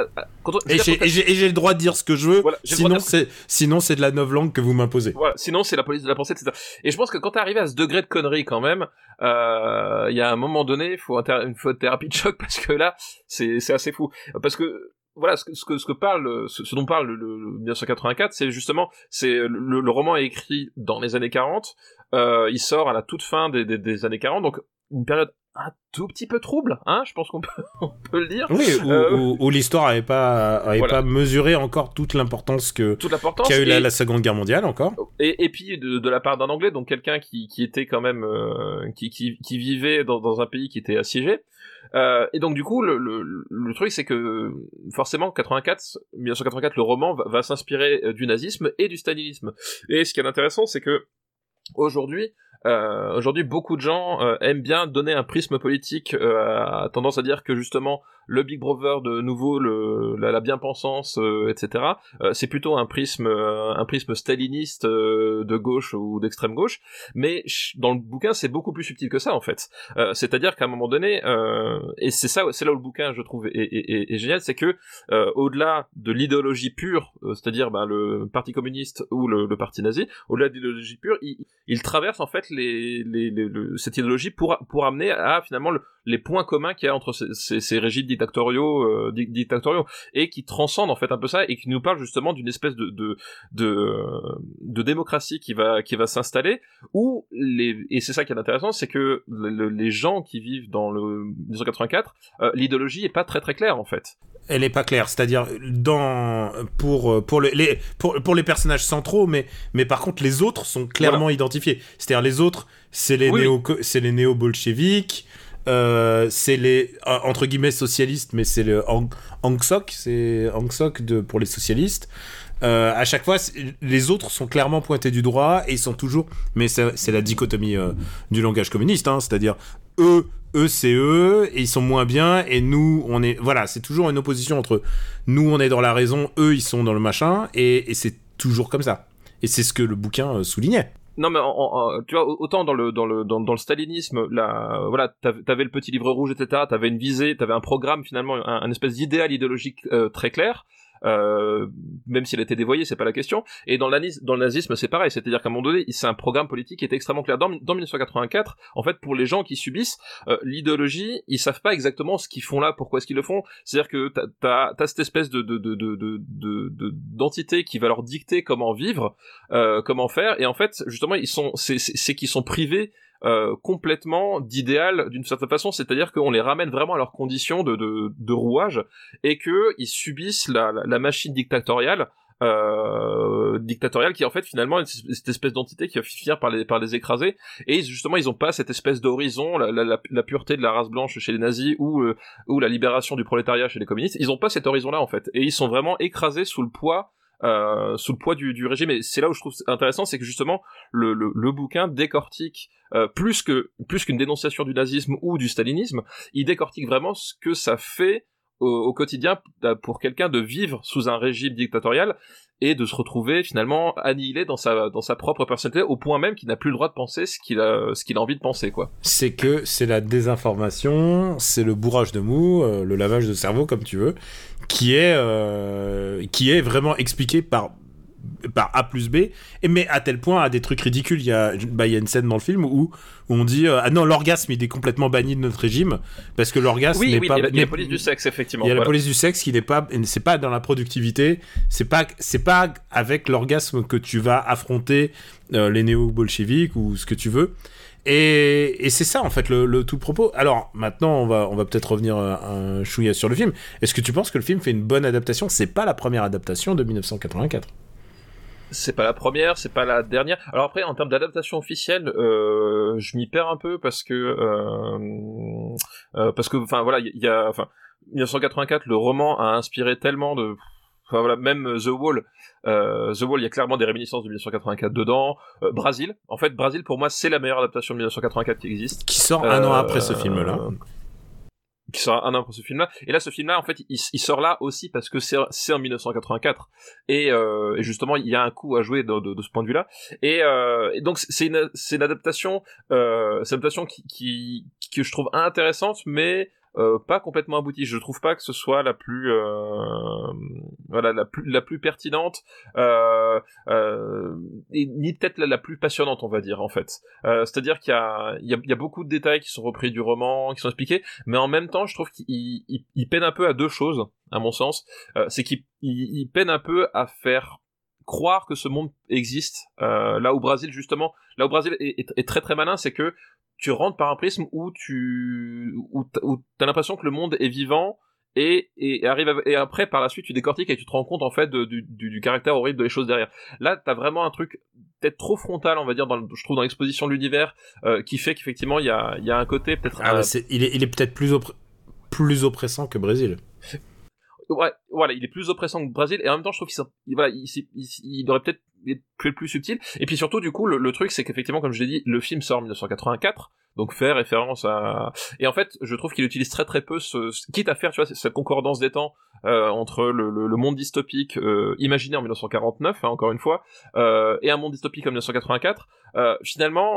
j'ai le droit de dire ce que je veux, voilà, sinon c'est de la novlangue que vous m'imposez. Voilà, sinon c'est la police de la pensée, etc. Et je pense que quand t'es arrivé à ce degré de connerie quand même, il y a un moment donné, il faut une thérapie de choc, parce que là, c'est assez fou. Parce que, voilà, ce dont parle le 1984, c'est justement, le roman est écrit dans les années 40, il sort à la toute fin des années 40, donc une période un tout petit peu trouble, je pense qu'on peut le dire. Oui, où l'histoire avait pas mesuré encore toute l'importance qu'a eu la Seconde Guerre mondiale encore. Et puis de la part d'un Anglais, donc quelqu'un qui était quand même qui vivait dans un pays qui était assiégé. Et donc du coup le truc, c'est que forcément 1984 le roman va s'inspirer du nazisme et du stalinisme. Et ce qui est intéressant, c'est que aujourd'hui aujourd'hui beaucoup de gens aiment bien donner un prisme politique, a tendance à dire que justement le Big Brother de nouveau, la bien-pensance, etc. C'est plutôt un prisme staliniste de gauche ou d'extrême gauche, mais dans le bouquin c'est beaucoup plus subtil que ça en fait. C'est-à-dire qu'à un moment donné, et c'est là où le bouquin je trouve est génial, c'est que au-delà de l'idéologie pure, c'est-à-dire le Parti communiste ou le Parti nazi, au-delà de l'idéologie pure, il traverse en fait cette idéologie pour amener à finalement les points communs qu'il y a entre ces régimes dictatoriaux et qui transcendent en fait un peu ça et qui nous parle justement d'une espèce de démocratie qui va s'installer où et c'est ça qui est intéressant, c'est que les gens qui vivent dans le 1984, l'idéologie est pas très très claire en fait. Elle est pas claire, c'est-à-dire pour les personnages centraux, mais par contre les autres sont clairement identifiés. C'est-à-dire les autres, c'est les néo-bolcheviks, c'est les entre guillemets socialistes, mais c'est le Angsok, pour les socialistes. À chaque fois, les autres sont clairement pointés du doigt et ils sont toujours. Mais c'est la dichotomie du langage communiste, hein, c'est-à-dire eux c'est eux et ils sont moins bien et nous on est. Voilà, c'est toujours une opposition entre nous on est dans la raison, eux ils sont dans le machin et c'est toujours comme ça. Et c'est ce que le bouquin soulignait. Non mais tu vois, autant dans le stalinisme, t'avais le petit livre rouge, etc. T'avais une visée, t'avais un programme finalement, un espèce d'idéal idéologique très clair. Même s'il a été dévoyé, c'est pas la question. Et dans le nazisme, c'est pareil. C'est-à-dire qu'à un moment donné, c'est un programme politique qui est extrêmement clair. Dans 1984, en fait, pour les gens qui subissent l'idéologie, ils savent pas exactement ce qu'ils font là, pourquoi est-ce qu'ils le font. C'est-à-dire que t'as cette espèce d'entité qui va leur dicter comment vivre, comment faire. Et en fait, justement, c'est qu'ils sont privés complètement d'idéal d'une certaine façon, c'est-à-dire qu'on les ramène vraiment à leurs conditions de rouage et que ils subissent la machine dictatoriale qui en fait finalement est cette espèce d'entité qui va finir par les écraser, et justement ils ont pas cette espèce d'horizon, la pureté de la race blanche chez les nazis ou la libération du prolétariat chez les communistes. Ils ont pas cet horizon là en fait, et ils sont vraiment écrasés sous le poids du régime. Et c'est là où je trouve intéressant, c'est que justement le bouquin décortique plus qu'une dénonciation du nazisme ou du stalinisme, il décortique vraiment ce que ça fait au quotidien pour quelqu'un de vivre sous un régime dictatorial et de se retrouver finalement annihilé dans sa propre personnalité, au point même qu'il n'a plus le droit de penser ce qu'il a envie de penser, quoi. C'est que c'est la désinformation, c'est le bourrage de mou, le lavage de cerveau comme tu veux, qui est vraiment expliqué par A plus B, mais à tel point à des trucs ridicules. Il y a une scène dans le film où on dit ah non, l'orgasme il est complètement banni de notre régime parce que l'orgasme n'est pas. Il y a la police du sexe, effectivement. Il y a la police du sexe qui n'est pas, c'est pas dans la productivité, c'est pas avec l'orgasme que tu vas affronter les néo-bolcheviks ou ce que tu veux. Et c'est ça en fait le tout le propos. Alors maintenant on va peut-être revenir un chouïa sur le film. Est-ce que tu penses que le film fait une bonne adaptation ? C'est pas la première adaptation de 1984. C'est pas la première, c'est pas la dernière. Alors après, en termes d'adaptation officielle, je m'y perds un peu parce que, enfin voilà, il y a, 1984, le roman a inspiré tellement de, enfin voilà, même The Wall, il y a clairement des réminiscences de 1984 dedans. Brasil, en fait, Brasil pour moi c'est la meilleure adaptation de 1984 qui existe. Qui sort un an après ce film-là. Qui sort un an pour ce film-là. Et là, ce film-là, en fait, il sort là aussi parce que c'est en 1984. Et justement, il y a un coup à jouer de ce point de vue-là. Et donc, c'est une adaptation, qui je trouve intéressante, mais pas complètement aboutie. Je trouve pas que ce soit la plus la plus pertinente ni peut-être la plus passionnante, on va dire, en fait. C'est-à-dire qu'il y a beaucoup de détails qui sont repris du roman, qui sont expliqués, mais en même temps je trouve qu'il peine un peu à deux choses, à mon sens. C'est qu'il peine un peu à faire croire que ce monde existe, là où Brasil est très très malin, c'est que tu rentres par un prisme où t'as l'impression que le monde est vivant et après par la suite tu décortiques et tu te rends compte en fait du caractère horrible de les choses derrière. Là t'as vraiment un truc peut-être trop frontal, on va dire, je trouve, dans l'exposition de l'univers, qui fait qu'effectivement il y a un côté peut-être il est peut-être plus oppressant que Brésil. Ouais, voilà, il est plus oppressant que Brésil, et en même temps je trouve qu'il aurait peut-être plus subtil. Et puis surtout, du coup, le truc, c'est qu'effectivement, comme je l'ai dit, le film sort en 1984, donc fait référence à... Et en fait, je trouve qu'il utilise très très peu quitte à faire, tu vois, cette concordance des temps entre le monde dystopique imaginé en 1949, hein, encore une fois, et un monde dystopique en 1984. Finalement,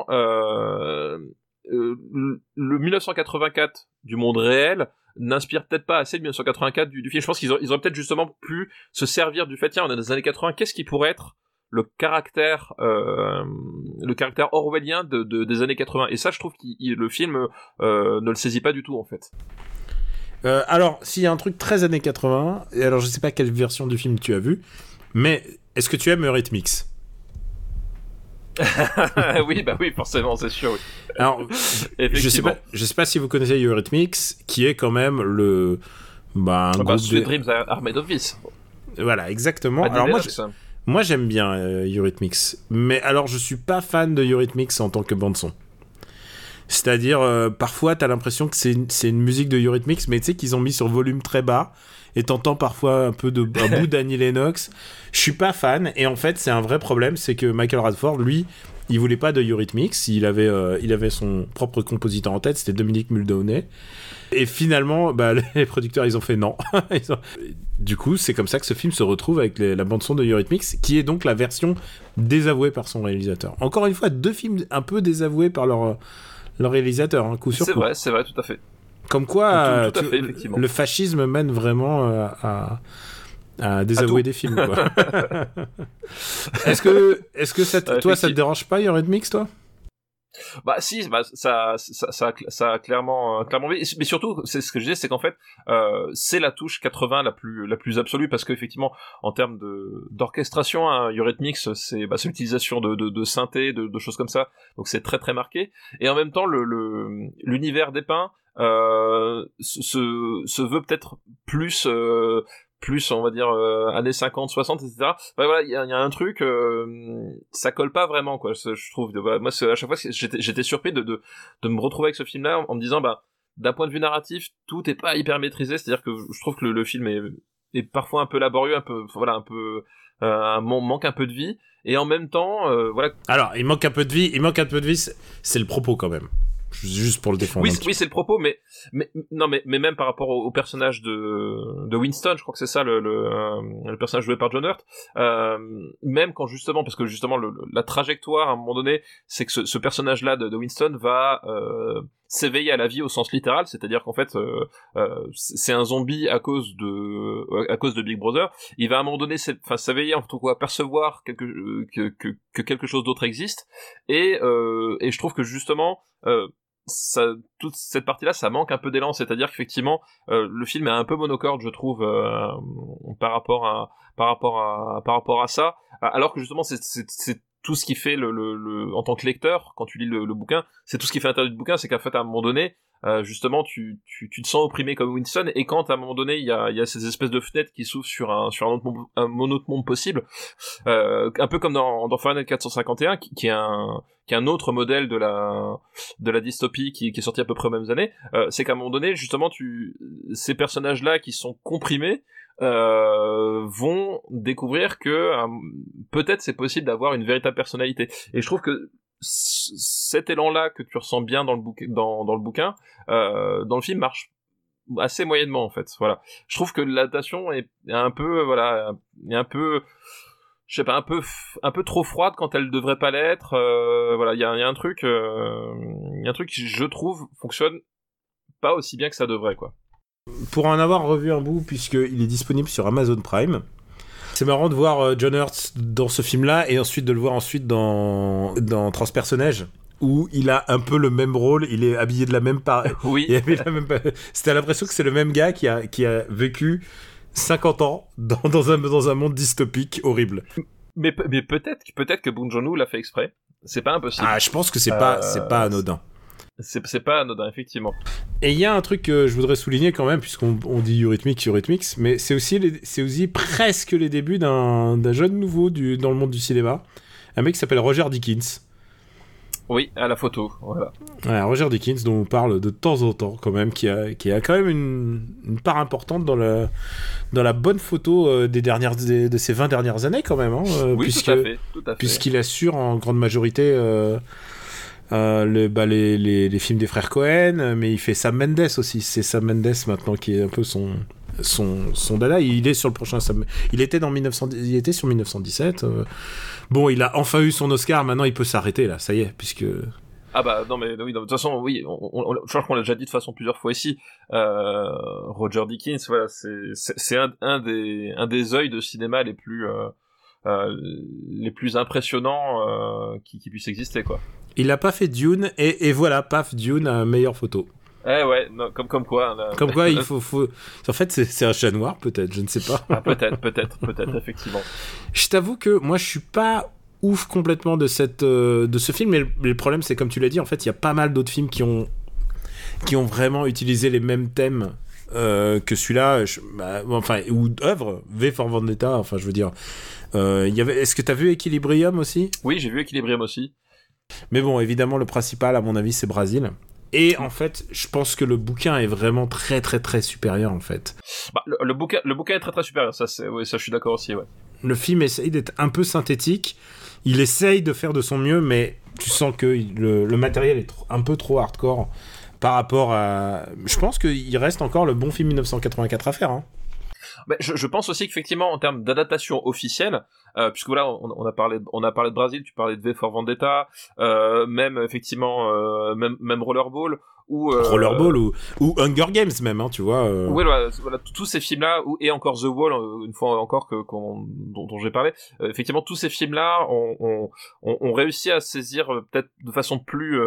le 1984 du monde réel n'inspire peut-être pas assez de 1984 du film. Je pense qu'ils auraient peut-être justement pu se servir du fait, tiens, on est dans les années 80, qu'est-ce qui pourrait être le caractère orwellien des années 80, et ça je trouve que le film ne le saisit pas du tout en fait. Alors s'il y a un truc très années 80, et alors je sais pas quelle version du film tu as vu, mais est-ce que tu aimes Eurythmics? Oui, bah oui, forcément, c'est sûr. Oui. Alors, je sais pas si vous connaissez Eurythmics, qui est quand même un groupe Sweet Dreams Are Made of This. Voilà, exactement. Alors moi j'aime bien Eurythmics, mais alors je suis pas fan de Eurythmics en tant que bande son. C'est-à-dire parfois t'as l'impression que c'est une musique de Eurythmics, mais tu sais qu'ils ont mis sur volume très bas. Et t'entends parfois un bout d'Annie Lennox. Je suis pas fan, et en fait c'est un vrai problème, c'est que Michael Radford, lui, il voulait pas de Eurythmics, il avait son propre compositeur en tête, c'était Dominic Muldowney, et finalement les producteurs ils ont fait non. Du coup c'est comme ça que ce film se retrouve avec la bande son de Eurythmics, qui est donc la version désavouée par son réalisateur. Encore une fois, 2 films un peu désavoués par leur réalisateur, hein, coup sur coup. C'est vrai, tout à fait. Comme quoi, tout à fait, effectivement. Le fascisme mène vraiment à désavouer des films, quoi. Est-ce que ça te dérange pas, Eurythmics, toi? Bah si, ça a clairement mais surtout c'est ce que je disais, c'est qu'en fait c'est la touche 80 la plus absolue, parce qu'effectivement en termes d'orchestration, hein, Eurythmics c'est l'utilisation de synthé, de choses comme ça, donc c'est très très marqué, et en même temps l'univers dépeint se veut peut-être plus on va dire années 50, 60, etc. Voilà, il y a un truc, ça colle pas vraiment, quoi, je trouve. Moi à chaque fois j'étais surpris de me retrouver avec ce film là en me disant d'un point de vue narratif tout est pas hyper maîtrisé, c'est-à-dire que je trouve que le film est parfois un peu laborieux, manque un peu de vie, et en même temps voilà. Alors il manque un peu de vie, c'est le propos quand même. Juste pour le défendre. Oui, c'est le propos, mais même par rapport au personnage de Winston, je crois que c'est ça le personnage joué par John Hurt. Même quand justement, parce que justement la trajectoire à un moment donné, c'est que ce personnage-là de Winston va s'éveiller à la vie au sens littéral, c'est-à-dire qu'en fait c'est un zombie à cause de Big Brother. Il va à un moment donné s'éveiller, en tout cas percevoir que quelque chose d'autre existe, et je trouve que justement toute cette partie-là, ça manque un peu d'élan, c'est-à-dire qu'effectivement le film est un peu monocorde, je trouve, par rapport à ça, alors que justement c'est tout ce qui fait en tant que lecteur, quand tu lis le bouquin, c'est tout ce qui fait l'intérieur du bouquin, c'est qu'en fait à un moment donné justement tu te sens opprimé comme Winston, et quand à un moment donné il y a ces espèces de fenêtres qui s'ouvrent sur un autre monde possible, un peu comme dans Fahrenheit 451 qui est un autre modèle de la dystopie qui est sorti à peu près aux mêmes années, c'est qu'à un moment donné justement ces personnages là qui sont comprimés vont découvrir que peut-être c'est possible d'avoir une véritable personnalité, et je trouve que cet élan-là que tu ressens bien dans le bouquin, dans le film marche assez moyennement en fait. Voilà. Je trouve que l'adaptation est un peu, est un peu, je sais pas, un peu trop froide quand elle devrait pas l'être. Voilà, il y a un truc qui, je trouve, fonctionne pas aussi bien que ça devrait, quoi. Pour en avoir revu un bout, puisqu'il est disponible sur Amazon Prime, c'est marrant de voir John Hurt dans ce film-là, et ensuite de le voir dans Transpersonnage, où il a un peu le même rôle, il est habillé de la même Oui. C'était l'impression que c'est le même gars qui a vécu 50 ans dans un monde dystopique horrible. Mais peut-être que Bong Joon-ho l'a fait exprès. C'est pas impossible. Ah, je pense que c'est pas anodin. C'est pas anodin, effectivement. Et il y a un truc que je voudrais souligner quand même, puisqu'on dit Eurythmics, mais c'est aussi presque les débuts d'un jeune nouveau dans le monde du cinéma, un mec qui s'appelle Roger Deakins. Oui, à la photo, voilà. Ouais, Roger Deakins, dont on parle de temps en temps, quand même, qui a quand même une part importante dans la bonne photo de ces 20 dernières années, quand même. Hein, oui, tout à fait. Puisqu'il assure en grande majorité les films des frères Cohen, mais il fait Sam Mendes aussi. C'est Sam Mendes maintenant qui est un peu son dada. Il est sur le prochain il était sur 1917. Bon, il a enfin eu son Oscar, maintenant il peut s'arrêter là, ça y est, puisque... Ah bah non mais oui, de toute façon oui, je crois qu'on l'a déjà dit de façon plusieurs fois ici. Roger Deakins, voilà, c'est un des œils de cinéma les plus impressionnants qui puissent exister, quoi. Il a pas fait Dune et voilà, paf, Dune, meilleure photo. Ouais, non, comme quoi. Là... Comme quoi, il faut. En fait, c'est un chat noir, peut-être, je ne sais pas. Ah, peut-être, effectivement. Je t'avoue que moi, je suis pas ouf complètement de ce film, mais le problème, c'est comme tu l'as dit, en fait, il y a pas mal d'autres films qui ont vraiment utilisé les mêmes thèmes que celui-là, ou œuvre, V for Vendetta, enfin, je veux dire. Est-ce que t'as vu Equilibrium aussi ? Oui, j'ai vu Equilibrium aussi. Mais bon, évidemment, le principal, à mon avis, c'est Brésil. Et en fait, je pense que le bouquin est vraiment très très très supérieur en fait. Bah, le bouquin est très très supérieur, ça je suis d'accord aussi, ouais. Le film essaye d'être un peu synthétique, il essaye de faire de son mieux, mais tu sens que le matériel est un peu trop hardcore par rapport à... Je pense qu'il reste encore le bon film 1984 à faire, hein. Bah, je pense aussi qu'effectivement en termes d'adaptation officielle, puisque voilà, on a parlé de Brésil, tu parlais de V for Vendetta, même effectivement même Rollerball ou Hunger Games même, hein, tu vois. Oui, voilà, tous ces films-là et encore The Wall, une fois encore dont j'ai parlé. Effectivement, tous ces films-là ont réussi à saisir peut-être de façon plus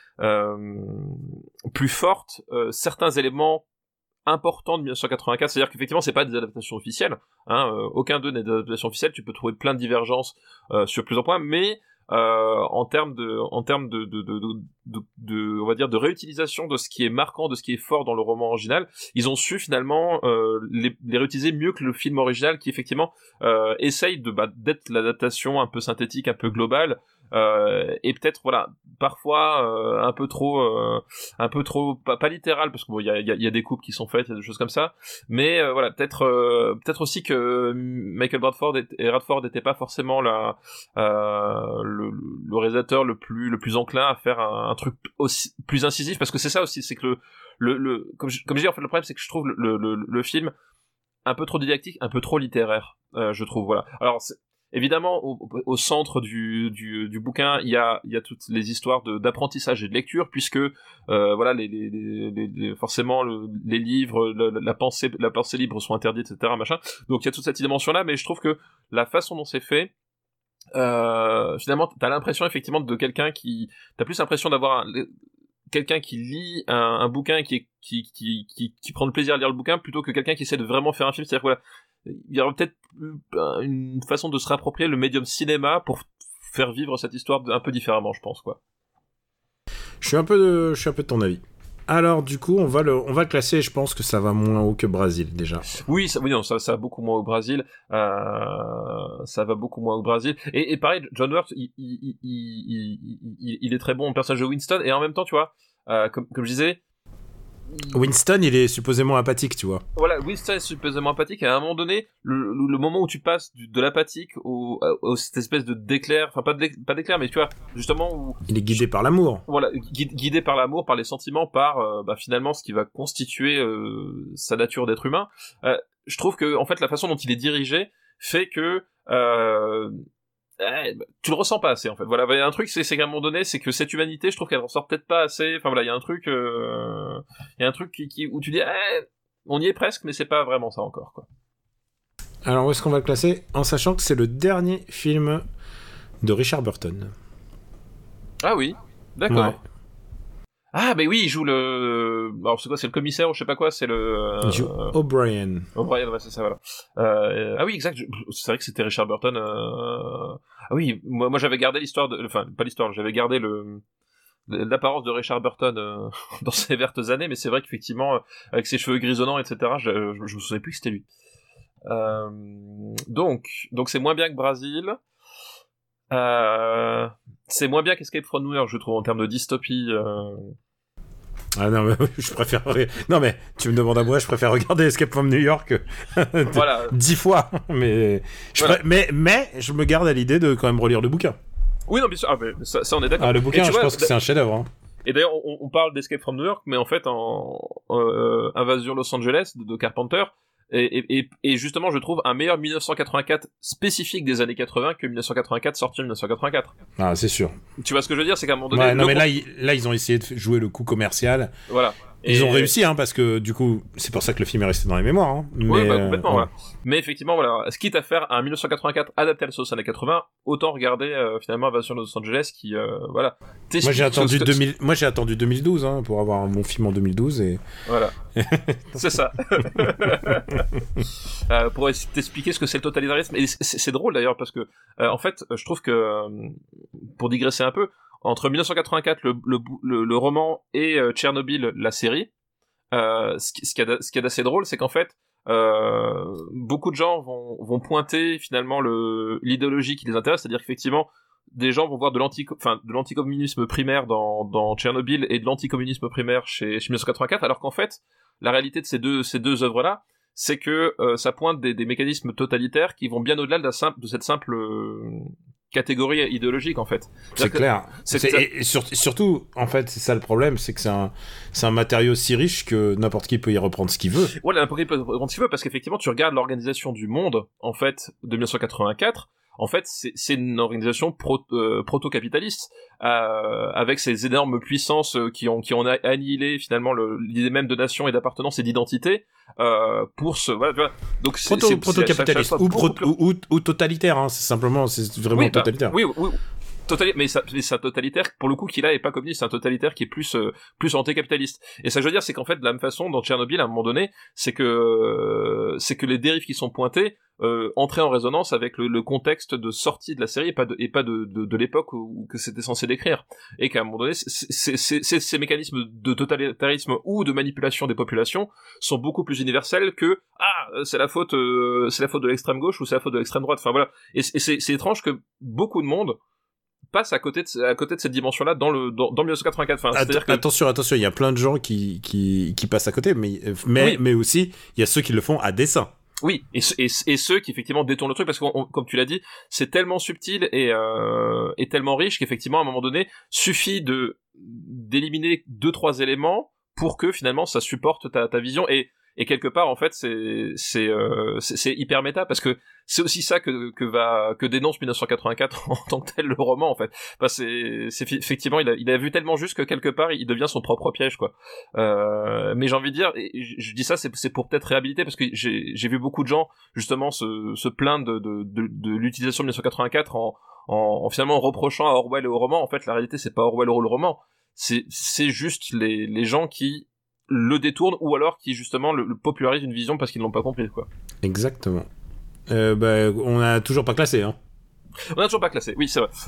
forte certains éléments important de 1984, c'est-à-dire qu'effectivement c'est pas des adaptations officielles, hein, aucun d'eux n'est des adaptations officielles, tu peux trouver plein de divergences sur plusieurs points, mais en termes de on va dire de réutilisation de ce qui est marquant, de ce qui est fort dans le roman original, ils ont su finalement les réutiliser mieux que le film original qui effectivement essaye d'être l'adaptation un peu synthétique, un peu globale, et peut-être voilà parfois un peu trop pas littéral, parce que bon il y a des coupes qui sont faites, il y a des choses comme ça, mais voilà peut-être aussi que Michael Bradford et Radford n'étaient pas forcément le réalisateur le plus enclin à faire un truc aussi plus incisif, parce que c'est ça aussi, c'est que comme je dis, en fait le problème c'est que je trouve le film un peu trop didactique, un peu trop littéraire, je trouve, voilà. Alors évidemment, au centre du bouquin, il y a toutes les histoires d'apprentissage et de lecture, puisque voilà, forcément les livres, la pensée libre sont interdits, etc., machin. Donc il y a toute cette dimension-là, mais je trouve que la façon dont c'est fait, finalement, t'as l'impression effectivement de quelqu'un t'as plus l'impression d'avoir quelqu'un qui lit un bouquin qui prend le plaisir à lire le bouquin, plutôt que quelqu'un qui essaie de vraiment faire un film. C'est-à-dire que voilà, il y aurait peut-être une façon de se réapproprier le médium cinéma pour faire vivre cette histoire un peu différemment, je pense, quoi. Je suis un peu de ton avis. Alors du coup, on va le classer, et je pense que ça va moins haut que Brésil déjà. Oui, ça va beaucoup moins au Brésil. Ça va beaucoup moins au Brésil. Et pareil, John Hurt, il est très bon en personnage de Winston, et en même temps, tu vois, comme je disais, Winston, il est supposément apathique, tu vois. Voilà, Winston est supposément apathique, et à un moment donné, le moment où tu passes de l'apathique au cette espèce de d'éclair, enfin pas d'éclair, mais tu vois, justement où... Il est guidé par l'amour. Voilà, guidé par l'amour, par les sentiments, par finalement ce qui va constituer sa nature d'être humain. Je trouve que, en fait, la façon dont il est dirigé fait que... tu le ressens pas assez, en fait. Voilà, il y a un truc, c'est qu'à un moment donné, c'est que cette humanité, je trouve qu'elle ressort peut-être pas assez. Enfin voilà, il y a un truc où tu dis, on y est presque, mais c'est pas vraiment ça encore, quoi. Alors où est-ce qu'on va le classer, en sachant que c'est le dernier film de Richard Burton. Ah oui, d'accord. Ouais. Ah bah oui, il joue alors c'est quoi, c'est le commissaire ou je sais pas quoi, c'est Il joue O'Brien. O'Brien, ouais, c'est ça, voilà. Ah oui, exact, c'est vrai que c'était Richard Burton. Ah oui, moi j'avais gardé pas l'histoire, j'avais gardé l'apparence de Richard Burton dans ses vertes années, mais c'est vrai qu'effectivement, avec ses cheveux grisonnants, etc., je me souvenais plus que c'était lui. Donc c'est moins bien que Brésil. C'est moins bien qu'Escape from New York, je trouve, en termes de dystopie. Ah non, mais je préfère. Non, mais tu me demandes à moi, je préfère regarder Escape from New York Voilà. 10 fois. Mais mais je me garde à l'idée de quand même relire le bouquin. Oui, non, bien sûr. Ah, mais ça on est d'accord. Ah, le bouquin, je pense que c'est un chef-d'œuvre. Hein. Et d'ailleurs, on parle d'Escape from New York, mais en fait, en Invasion Los Angeles de Carpenter, et justement, je trouve un meilleur 1984 spécifique des années 80 que 1984 sorti en 1984. Ah, c'est sûr. Tu vois ce que je veux dire, c'est qu'à un moment donné... Ouais, non, mais là, ils ont essayé de jouer le coup commercial. Voilà. Ils ont réussi, hein, parce que du coup, c'est pour ça que le film est resté dans les mémoires. Hein. Oui, mais, complètement, voilà. Mais effectivement, voilà, quitte à faire un 1984 adapté à la sauce années 80, autant regarder finalement Invasion de Los Angeles qui, voilà. Moi, j'ai attendu 2012 hein, pour avoir un bon film en 2012 et... Voilà. C'est ça. Pour t'expliquer ce que c'est le totalitarisme, et c'est drôle d'ailleurs parce que, en fait, je trouve que, pour digresser un peu, entre 1984, le roman, et Tchernobyl, la série, ce qu'il y a d'assez drôle, c'est qu'en fait, beaucoup de gens vont pointer finalement l'idéologie qui les intéresse, c'est-à-dire qu'effectivement, des gens vont voir de l'anticommunisme primaire dans Tchernobyl et de l'anticommunisme primaire chez 1984, alors qu'en fait, la réalité de ces deux œuvres-là, c'est que ça pointe des mécanismes totalitaires qui vont bien au-delà de cette simple catégorie idéologique, en fait. C'est clair. Et surtout, en fait, c'est ça le problème, c'est que c'est un matériau si riche que n'importe qui peut y reprendre ce qu'il veut. Voilà, n'importe qui peut y reprendre ce qu'il veut, parce qu'effectivement, tu regardes l'organisation du monde, en fait, de 1984, en fait, c'est une organisation proto-capitaliste, avec ces énormes puissances qui ont annihilé finalement l'idée même de nation et d'appartenance et d'identité, pour voilà, tu vois. Donc proto-capitaliste ou totalitaire, hein, c'est vraiment totalitaire. Oui. Mais c'est un totalitaire, pour le coup, qui là est pas communiste, c'est un totalitaire qui est plus anticapitaliste. Et ça, je veux dire, c'est qu'en fait, de la même façon, dans Tchernobyl, à un moment donné, c'est que les dérives qui sont pointées, entraient en résonance avec le contexte de sortie de la série et pas de l'époque où que c'était censé décrire. Et qu'à un moment donné, ces mécanismes de totalitarisme ou de manipulation des populations sont beaucoup plus universels que, c'est la faute de l'extrême gauche ou c'est la faute de l'extrême droite. Enfin, voilà. Et c'est étrange que beaucoup de monde passe à côté de cette dimension-là dans 1984. Enfin, c'est-à-dire que... Attention, il y a plein de gens qui passent à côté, mais aussi, il y a ceux qui le font à dessein. Oui, et ceux qui effectivement détournent le truc, parce que comme tu l'as dit, c'est tellement subtil et tellement riche qu'effectivement, à un moment donné, suffit d'éliminer 2-3 éléments pour que finalement ça supporte ta vision, et quelque part, en fait, c'est hyper méta, parce que c'est aussi ça que dénonce 1984 en tant que tel, le roman, en fait. Enfin, c'est effectivement, il a vu tellement juste que quelque part, il devient son propre piège, quoi. Mais j'ai envie de dire, et je dis ça, c'est pour peut-être réhabiliter, parce que j'ai vu beaucoup de gens, justement, se plaindre de l'utilisation de 1984 en finalement reprochant à Orwell et au roman. En fait, la réalité, c'est pas Orwell ou le roman. C'est juste les gens qui le détournent, ou alors qui justement le popularisent une vision parce qu'ils l'ont pas compris, quoi. Exactement. On a toujours pas classé, hein. On a toujours pas classé, oui, c'est vrai.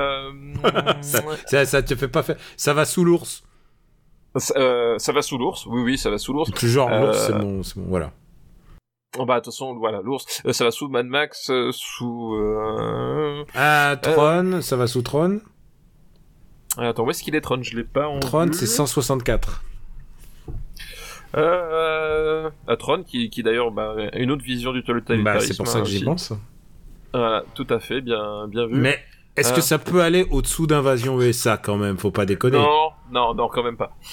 Ça te fait pas faire. Ça va sous l'ours. Ça va sous l'ours, oui, ça va sous l'ours. Plus genre l'ours, c'est bon, voilà. Bah, de toute façon, voilà, l'ours, ça va sous Mad Max, sous... Tron, ça va sous Tron. Attends, où est-ce qu'il est, Tron? Je l'ai pas en Tron, vue. c'est 164. Tron, qui d'ailleurs, une autre vision du totalitarisme. C'est pour ça que j'y pense. Voilà, tout à fait, bien vu. Mais est-ce que ça peut aller au-dessous d'Invasion USA, quand même? Faut pas déconner. Non, quand même pas.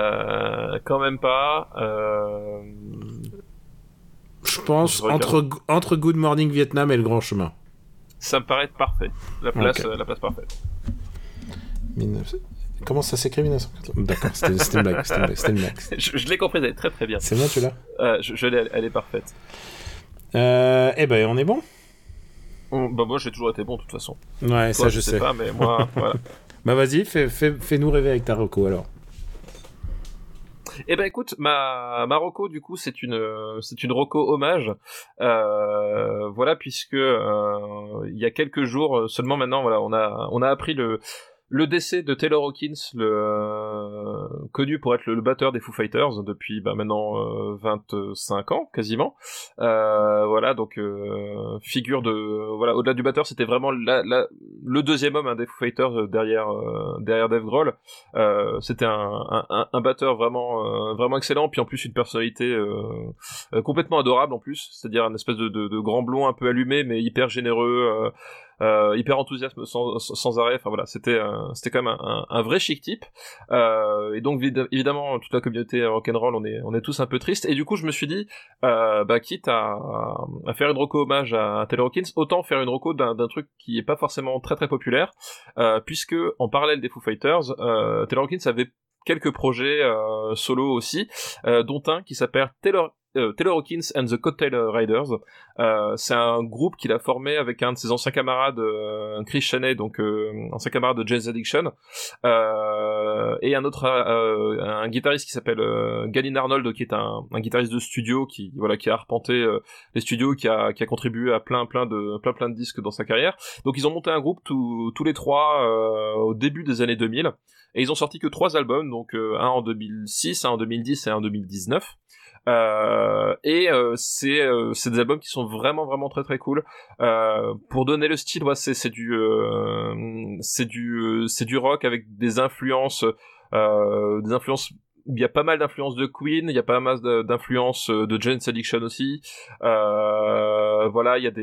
Je pense entre Good Morning Vietnam et Le Grand Chemin. Ça me paraît être parfait. La place parfaite. Comment ça s'écrit 1980? D'accord, c'était une blague. Je l'ai compris, elle est très très bien. C'est bien, tu l'as? Je l'ai, elle est parfaite. On est bon? Moi j'ai toujours été bon de toute façon. Ouais, toi, ça je sais pas, mais moi, voilà. Bah vas-y, fais-nous rêver avec ta reco alors. Écoute, ma reco du coup c'est une reco hommage, voilà, puisque il y a quelques jours seulement maintenant, voilà, on a appris le décès de Taylor Hawkins, connu pour être le batteur des Foo Fighters depuis maintenant 25 ans quasiment. Voilà, donc figure de voilà, au-delà du batteur, c'était vraiment le deuxième homme des Foo Fighters derrière Dave Grohl. C'était un batteur vraiment excellent, puis en plus une personnalité complètement adorable en plus, c'est-à-dire un espèce de grand blond un peu allumé mais hyper généreux. Hyper enthousiasme sans arrêt. Enfin voilà, c'était quand même un vrai chic type. Et donc évidemment toute la communauté rock'n'roll, on est tous un peu tristes. Et du coup je me suis dit, quitte à faire une reco hommage à Taylor Hawkins, autant faire une reco d'un truc qui est pas forcément très très populaire, puisque en parallèle des Foo Fighters, Taylor Hawkins avait quelques projets solo aussi, dont un qui s'appelle Taylor Hawkins and the Coattail Riders. C'est un groupe qu'il a formé avec un de ses anciens camarades, Chris Chaney, donc ancien camarade de Jane's Addiction, et un autre un guitariste qui s'appelle Galen Arnold, qui est un guitariste de studio qui a arpenté les studios, qui a contribué à plein de disques dans sa carrière. Donc ils ont monté un groupe tous les trois au début des années 2000, et ils ont sorti que 3 albums, donc un en 2006, un en 2010 et un en 2019. C'est des albums qui sont vraiment très très cool. Pour donner le style, c'est du rock avec des influences, il y a pas mal d'influences de Queen, il y a pas mal d'influences de Jane's Addiction aussi. Voilà, il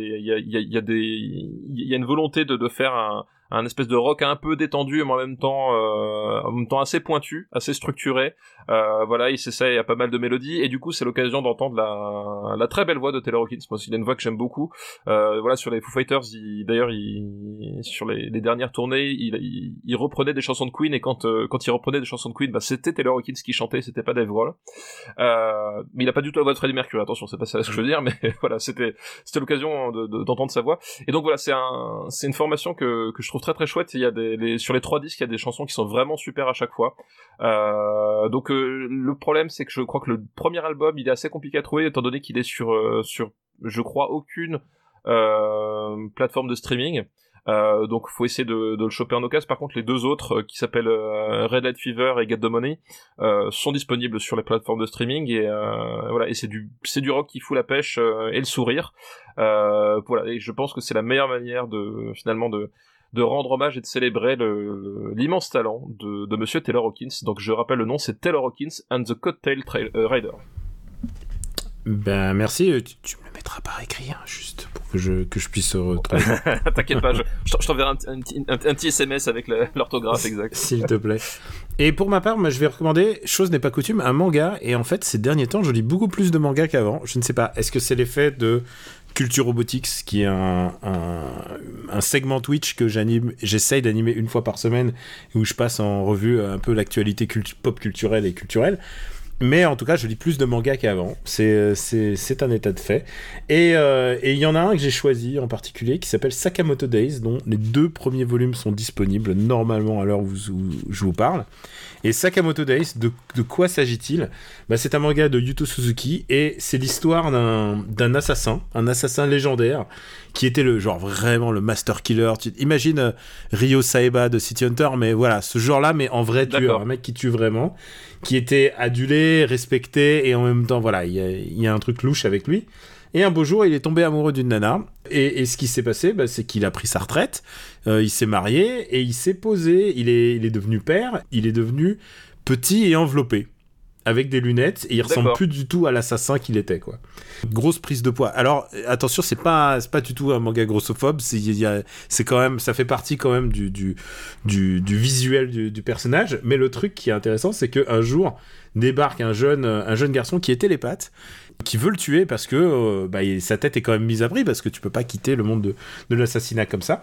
y a une volonté de faire un espèce de rock un peu détendu, mais en même temps assez pointu, assez structuré. Voilà, il s'essaye à pas mal de mélodies, et du coup c'est l'occasion d'entendre la très belle voix de Taylor Hawkins. Moi, il a une voix que j'aime beaucoup. Voilà, sur les Foo Fighters, sur les dernières tournées, il reprenait des chansons de Queen, et quand il reprenait des chansons de Queen, c'était Taylor Hawkins qui chantait, c'était pas Dave Grohl. Mais il a pas du tout la voix de Freddie Mercury, attention, c'est pas ça ce que je veux dire, mais voilà, c'était l'occasion d'entendre sa voix. Et donc voilà, c'est une formation que je trouve très très chouette. Il y a sur les 3 disques, il y a des chansons qui sont vraiment super à chaque fois. Donc le problème, c'est que je crois que le premier album, il est assez compliqué à trouver, étant donné qu'il est sur je crois aucune plateforme de streaming. Donc faut essayer de le choper en occasion. Par contre, les 2 autres qui s'appellent Red Light Fever et Get the Money sont disponibles sur les plateformes de streaming, et voilà, et c'est du rock qui fout la pêche et le sourire. Voilà, et je pense que c'est la meilleure manière de rendre hommage et de célébrer l'immense talent de Monsieur Taylor Hawkins. Donc je rappelle le nom, c'est Taylor Hawkins and the Coattail Rider. Ben merci, tu me le mettras par écrit, hein, juste pour que je puisse retrouver. T'inquiète pas, je t'enverrai un petit SMS avec l'orthographe exacte. S'il te plaît. Et pour ma part, moi, je vais recommander, chose n'est pas coutume, un manga. Et en fait, ces derniers temps, je lis beaucoup plus de mangas qu'avant. Je ne sais pas, est-ce que c'est l'effet de Culture Robotics, qui est un segment Twitch que j'essaye d'animer une fois par semaine, où je passe en revue un peu l'actualité pop culturelle et culturelle. Mais en tout cas, je lis plus de mangas qu'avant. C'est un état de fait. Et il y en a un que j'ai choisi en particulier qui s'appelle Sakamoto Days, dont les 2 premiers volumes sont disponibles normalement à l'heure où je vous parle. Et Sakamoto Days, de quoi s'agit-il ? C'est un manga de Yuto Suzuki, et c'est l'histoire d'un assassin, un assassin légendaire, qui était vraiment le master killer. Imagine Ryo Saeba de City Hunter, mais voilà, ce genre-là, mais en vrai tueur, un mec qui tue vraiment, qui était adulé, respecté, et en même temps, voilà, il y a un truc louche avec lui. Et un beau jour, il est tombé amoureux d'une nana. Et ce qui s'est passé, c'est qu'il a pris sa retraite, il s'est marié, et il s'est posé, il est devenu père, il est devenu petit et enveloppé, avec des lunettes, et il ressemble plus du tout à l'assassin qu'il était, quoi. Grosse prise de poids. Alors, attention, c'est pas du tout un manga grossophobe, c'est quand même, ça fait partie quand même du visuel du personnage, mais le truc qui est intéressant, c'est qu'un jour, débarque un jeune garçon qui est télépathe, qui veut le tuer parce que sa tête est quand même mise à prix, parce que tu peux pas quitter le monde de l'assassinat comme ça.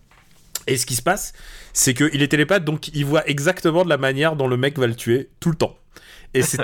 Et ce qui se passe, c'est qu'il est télépathe, donc il voit exactement de la manière dont le mec va le tuer tout le temps. Et c'est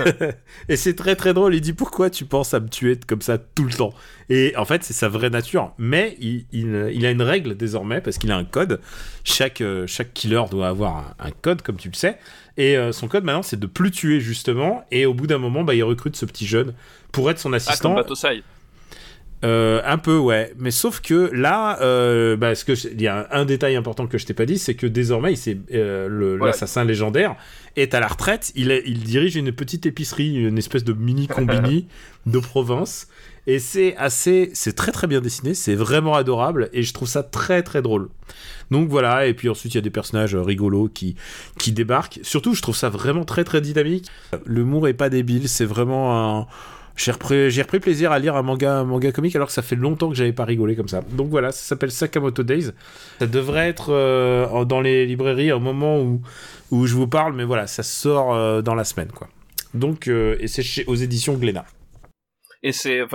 très très drôle. Il dit: pourquoi tu penses à me tuer comme ça tout le temps? Et en fait, c'est sa vraie nature. Mais il a une règle désormais, parce qu'il a un code. Chaque killer doit avoir un code, comme tu le sais. Et son code maintenant, c'est de plus tuer, justement. Et au bout d'un moment, il recrute ce petit jeune pour être son assistant. Comme Batosai. Un peu, ouais. Mais sauf que là, il y a un détail important que je t'ai pas dit, c'est que désormais, l'assassin légendaire est à la retraite. Il dirige une petite épicerie, une espèce de mini combini de Provence. Et c'est très très bien dessiné, c'est vraiment adorable et je trouve ça très très drôle. Donc voilà, et puis ensuite il y a des personnages rigolos qui débarquent. Surtout, je trouve ça vraiment très très dynamique. L'humour est pas débile, c'est vraiment j'ai repris plaisir à lire un manga comique alors que ça fait longtemps que j'avais pas rigolé comme ça. Donc voilà, ça s'appelle Sakamoto Days. Ça devrait être dans les librairies au moment où je vous parle, mais voilà, ça sort dans la semaine, quoi. Donc, et c'est aux éditions Glénat. Et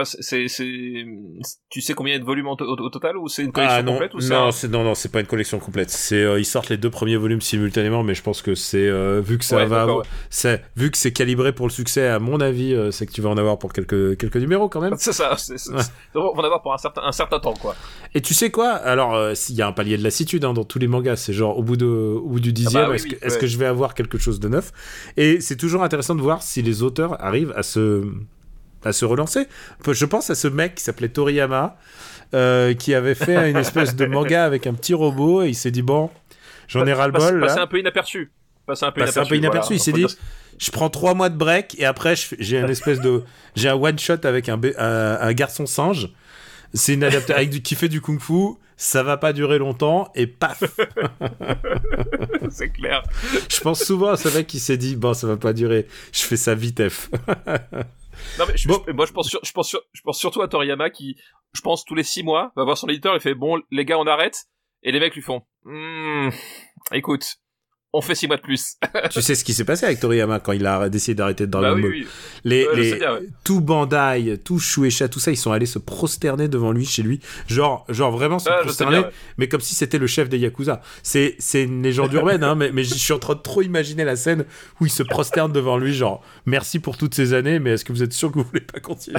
tu sais combien il y a de volumes au total, ou c'est une collection complète, ou non, c'est pas une collection complète. Ils sortent les 2 premiers volumes simultanément, mais je pense que c'est vu que vu que c'est calibré pour le succès, à mon avis, c'est que tu vas en avoir pour quelques numéros quand même. C'est ça. On va en avoir pour un certain temps, quoi. Et tu sais quoi ? Alors, il y a un palier de lassitude dans tous les mangas. C'est genre au bout du 10e, est-ce que je vais avoir quelque chose de neuf ? Et c'est toujours intéressant de voir si les auteurs arrivent à se relancer. Je pense à ce mec qui s'appelait Toriyama, qui avait fait une espèce de manga avec un petit robot, et il s'est dit bon, j'en ai ras-le-bol là. Passé un peu inaperçu. Voilà, il s'est dit je prends 3 mois de break et après j'ai un one shot avec un garçon singe. C'est une adaptation qui fait du kung-fu. Ça va pas durer longtemps et paf. C'est clair. Je pense souvent à ce mec qui s'est dit bon, ça va pas durer. Je fais ça vitef. Non mais je pense surtout à Toriyama qui, je pense, tous les 6 mois va voir son éditeur et fait bon les gars on arrête, et les mecs lui font écoute, on fait 6 mois de plus. Tu sais ce qui s'est passé avec Toriyama quand il a décidé d'arrêter de Dragon Ball. Tout Bandai, tout Shueisha, tout ça, ils sont allés se prosterner devant lui, chez lui. Genre vraiment se prosterner, mais comme si c'était le chef des Yakuza. C'est une légende urbaine, hein, mais je suis en train de trop imaginer la scène où il se prosterne devant lui, genre merci pour toutes ces années, mais est-ce que vous êtes sûr que vous voulez pas continuer?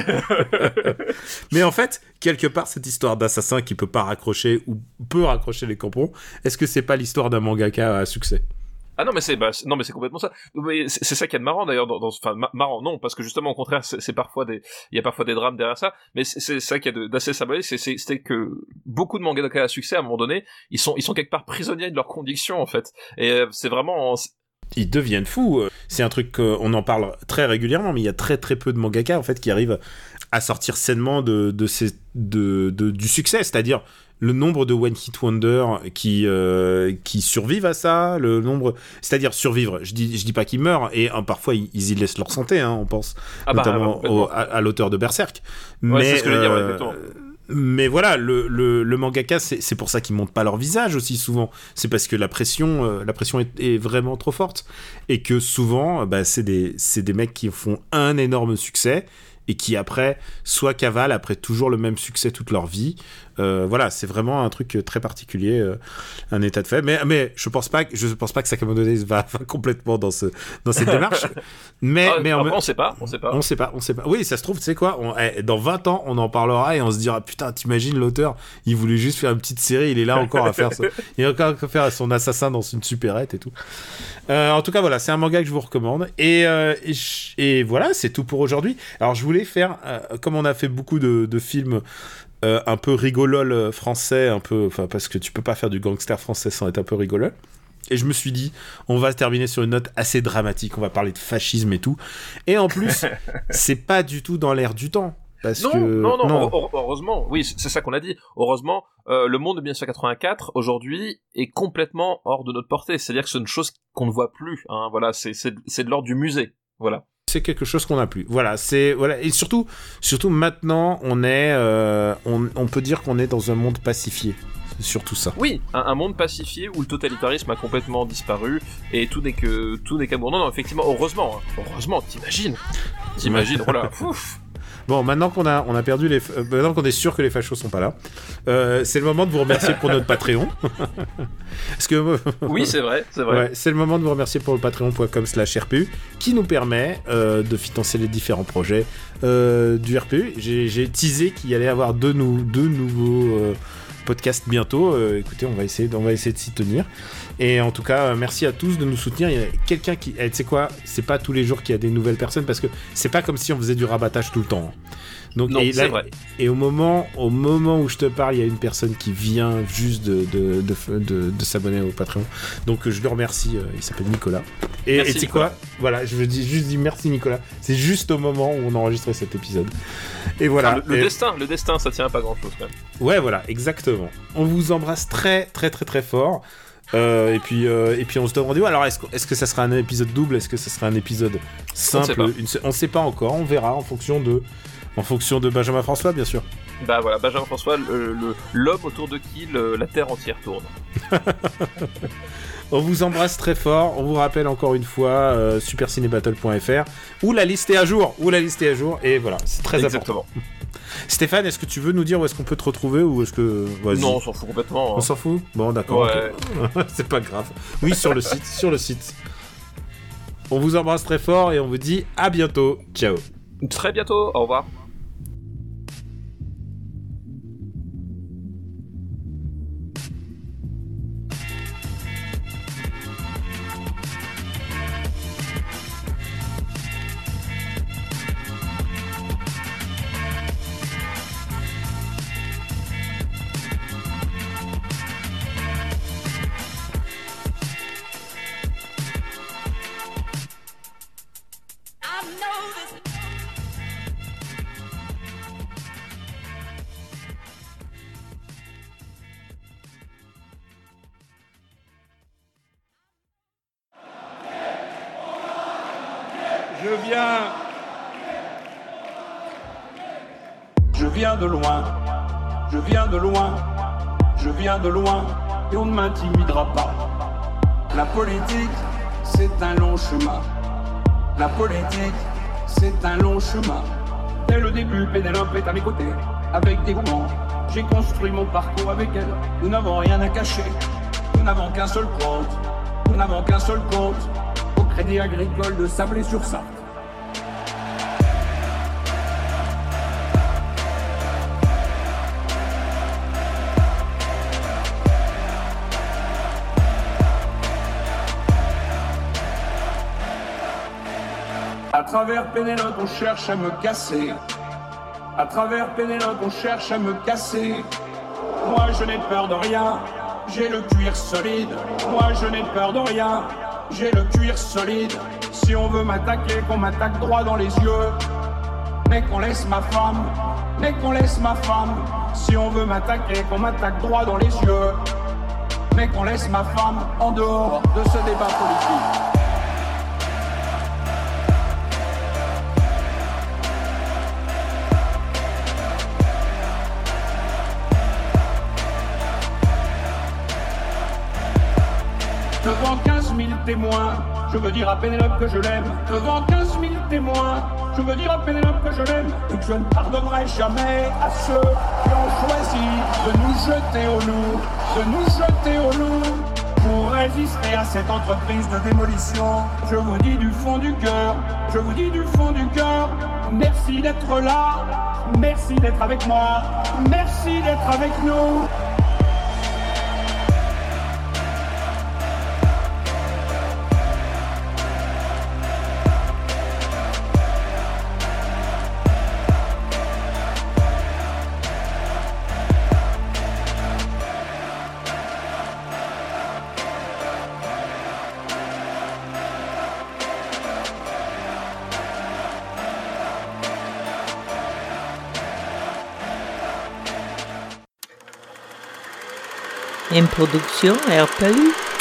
Mais en fait, quelque part, cette histoire d'assassin qui peut pas raccrocher ou peut raccrocher les crampons, est-ce que c'est pas l'histoire d'un mangaka à succès? Ah non mais c'est complètement ça. Mais c'est ça qui est de marrant d'ailleurs marrant non, parce que justement au contraire c'est parfois il y a parfois des drames derrière ça, mais c'est ça qui est d'assez symbolique, c'est que beaucoup de mangaka à succès à un moment donné, ils sont quelque part prisonniers de leurs convictions en fait. Et c'est vraiment ils deviennent fous. C'est un truc qu'on en parle très régulièrement, mais il y a très très peu de mangaka en fait qui arrivent à sortir sainement du succès, c'est-à-dire le nombre de One Hit Wonder qui survivent à ça, le nombre, c'est-à-dire survivre. Je dis pas qu'ils meurent, et parfois ils y laissent leur santé, hein, on pense notamment à l'auteur de Berserk. Mais c'est ce que je veux dire, exactement. Mais voilà, le mangaka, c'est pour ça qu'ils montent pas leur visage aussi souvent. C'est parce que la pression est vraiment trop forte, et que souvent, c'est des mecs qui font un énorme succès et qui après soit cavalent après toujours le même succès toute leur vie. Voilà, c'est vraiment un truc très particulier, un état de fait. Mais je pense pas que Sakamoto Days va complètement dans cette démarche. Mais on sait pas. Oui, ça se trouve, tu sais quoi, dans 20 ans, on en parlera et on se dira putain, t'imagines l'auteur, il voulait juste faire une petite série, il est là encore à faire ça. Il est encore à faire son assassin dans une supérette et tout. En tout cas, voilà, c'est un manga que je vous recommande. Et voilà, c'est tout pour aujourd'hui. Alors, je voulais faire, comme on a fait beaucoup de films un peu rigolol français, parce que tu peux pas faire du gangster français sans être un peu rigolol. Et je me suis dit, on va terminer sur une note assez dramatique, on va parler de fascisme et tout. Et en plus, c'est pas du tout dans l'air du temps. Non. Heureusement, oui, c'est ça qu'on a dit. Heureusement, le monde de 1984 aujourd'hui est complètement hors de notre portée. C'est-à-dire que c'est une chose qu'on ne voit plus. Hein, voilà, c'est de l'ordre du musée. Voilà. C'est quelque chose qu'on n'a plus. Voilà, et surtout maintenant, on peut dire qu'on est dans un monde pacifié. C'est surtout ça. Oui, un monde pacifié où le totalitarisme a complètement disparu et tout n'est qu'amour. Non, effectivement, heureusement, t'imagines, voilà. Ouf. Bon, maintenant qu'on a perdu maintenant qu'on est sûr que les fachos sont pas là, c'est le moment de vous remercier pour notre Patreon. Parce que oui, c'est vrai. Ouais, c'est le moment de vous remercier pour le patreon.com/RPU qui nous permet de financer les différents projets du RPU. J'ai teasé qu'il y allait avoir deux nouveaux podcasts bientôt. Écoutez, on va essayer de s'y tenir. Et en tout cas, merci à tous de nous soutenir. Il y a quelqu'un tu sais quoi, c'est pas tous les jours qu'il y a des nouvelles personnes, parce que c'est pas comme si on faisait du rabattage tout le temps. Donc, Non, et c'est vrai. Et au moment où je te parle, il y a une personne qui vient juste de s'abonner au Patreon. Donc je le remercie, il s'appelle Nicolas. Et tu sais quoi ? Voilà, je veux juste dire merci Nicolas. C'est juste au moment où on enregistrait cet épisode. Et voilà. Enfin, le destin, ça tient à pas grand-chose quand même. Ouais, voilà, exactement. On vous embrasse très très très très fort. Et puis on se donne rendez-vous. Alors est-ce que ça sera un épisode double ? Est-ce que ça sera un épisode simple ? On ne sait pas encore. On verra en fonction de Benjamin François, bien sûr. Bah voilà, Benjamin François, l'homme autour de qui la terre entière tourne. On vous embrasse très fort. On vous rappelle encore une fois supercinébattle.fr où la liste est à jour. Et voilà, c'est très important. Stéphane, est-ce que tu veux nous dire où est-ce qu'on peut te retrouver ou est-ce que... Vas-y. Non, on s'en fout complètement. Hein. On s'en fout ? Bon, d'accord. Ouais. Okay. C'est pas grave. Oui, sur le site. On vous embrasse très fort et on vous dit à bientôt. Ciao. Très bientôt. Au revoir. Je viens de loin, et on ne m'intimidera pas. La politique, c'est un long chemin. La politique, c'est un long chemin. Dès le début, Pénélope est à mes côtés, avec dévouement. J'ai construit mon parcours avec elle. Nous n'avons rien à cacher. Nous n'avons qu'un seul compte. Au Crédit Agricole de Sablé-sur-Sarthe. À travers Pénélope, on cherche à me casser. Moi, je n'ai peur de rien. J'ai le cuir solide. Si on veut m'attaquer, qu'on m'attaque droit dans les yeux. Mais qu'on laisse ma femme. Si on veut m'attaquer, qu'on m'attaque droit dans les yeux. Mais qu'on laisse ma femme en dehors de ce débat politique. Devant 15 000 témoins, je veux dire à Pénélope que je l'aime. Devant 15 000 témoins, je veux dire à Pénélope que je l'aime. Et que je ne pardonnerai jamais à ceux qui ont choisi de nous jeter au loup. Pour résister à cette entreprise de démolition, je vous dis du fond du cœur, merci d'être là, merci d'être avec moi, merci d'être avec nous. Une production RPU.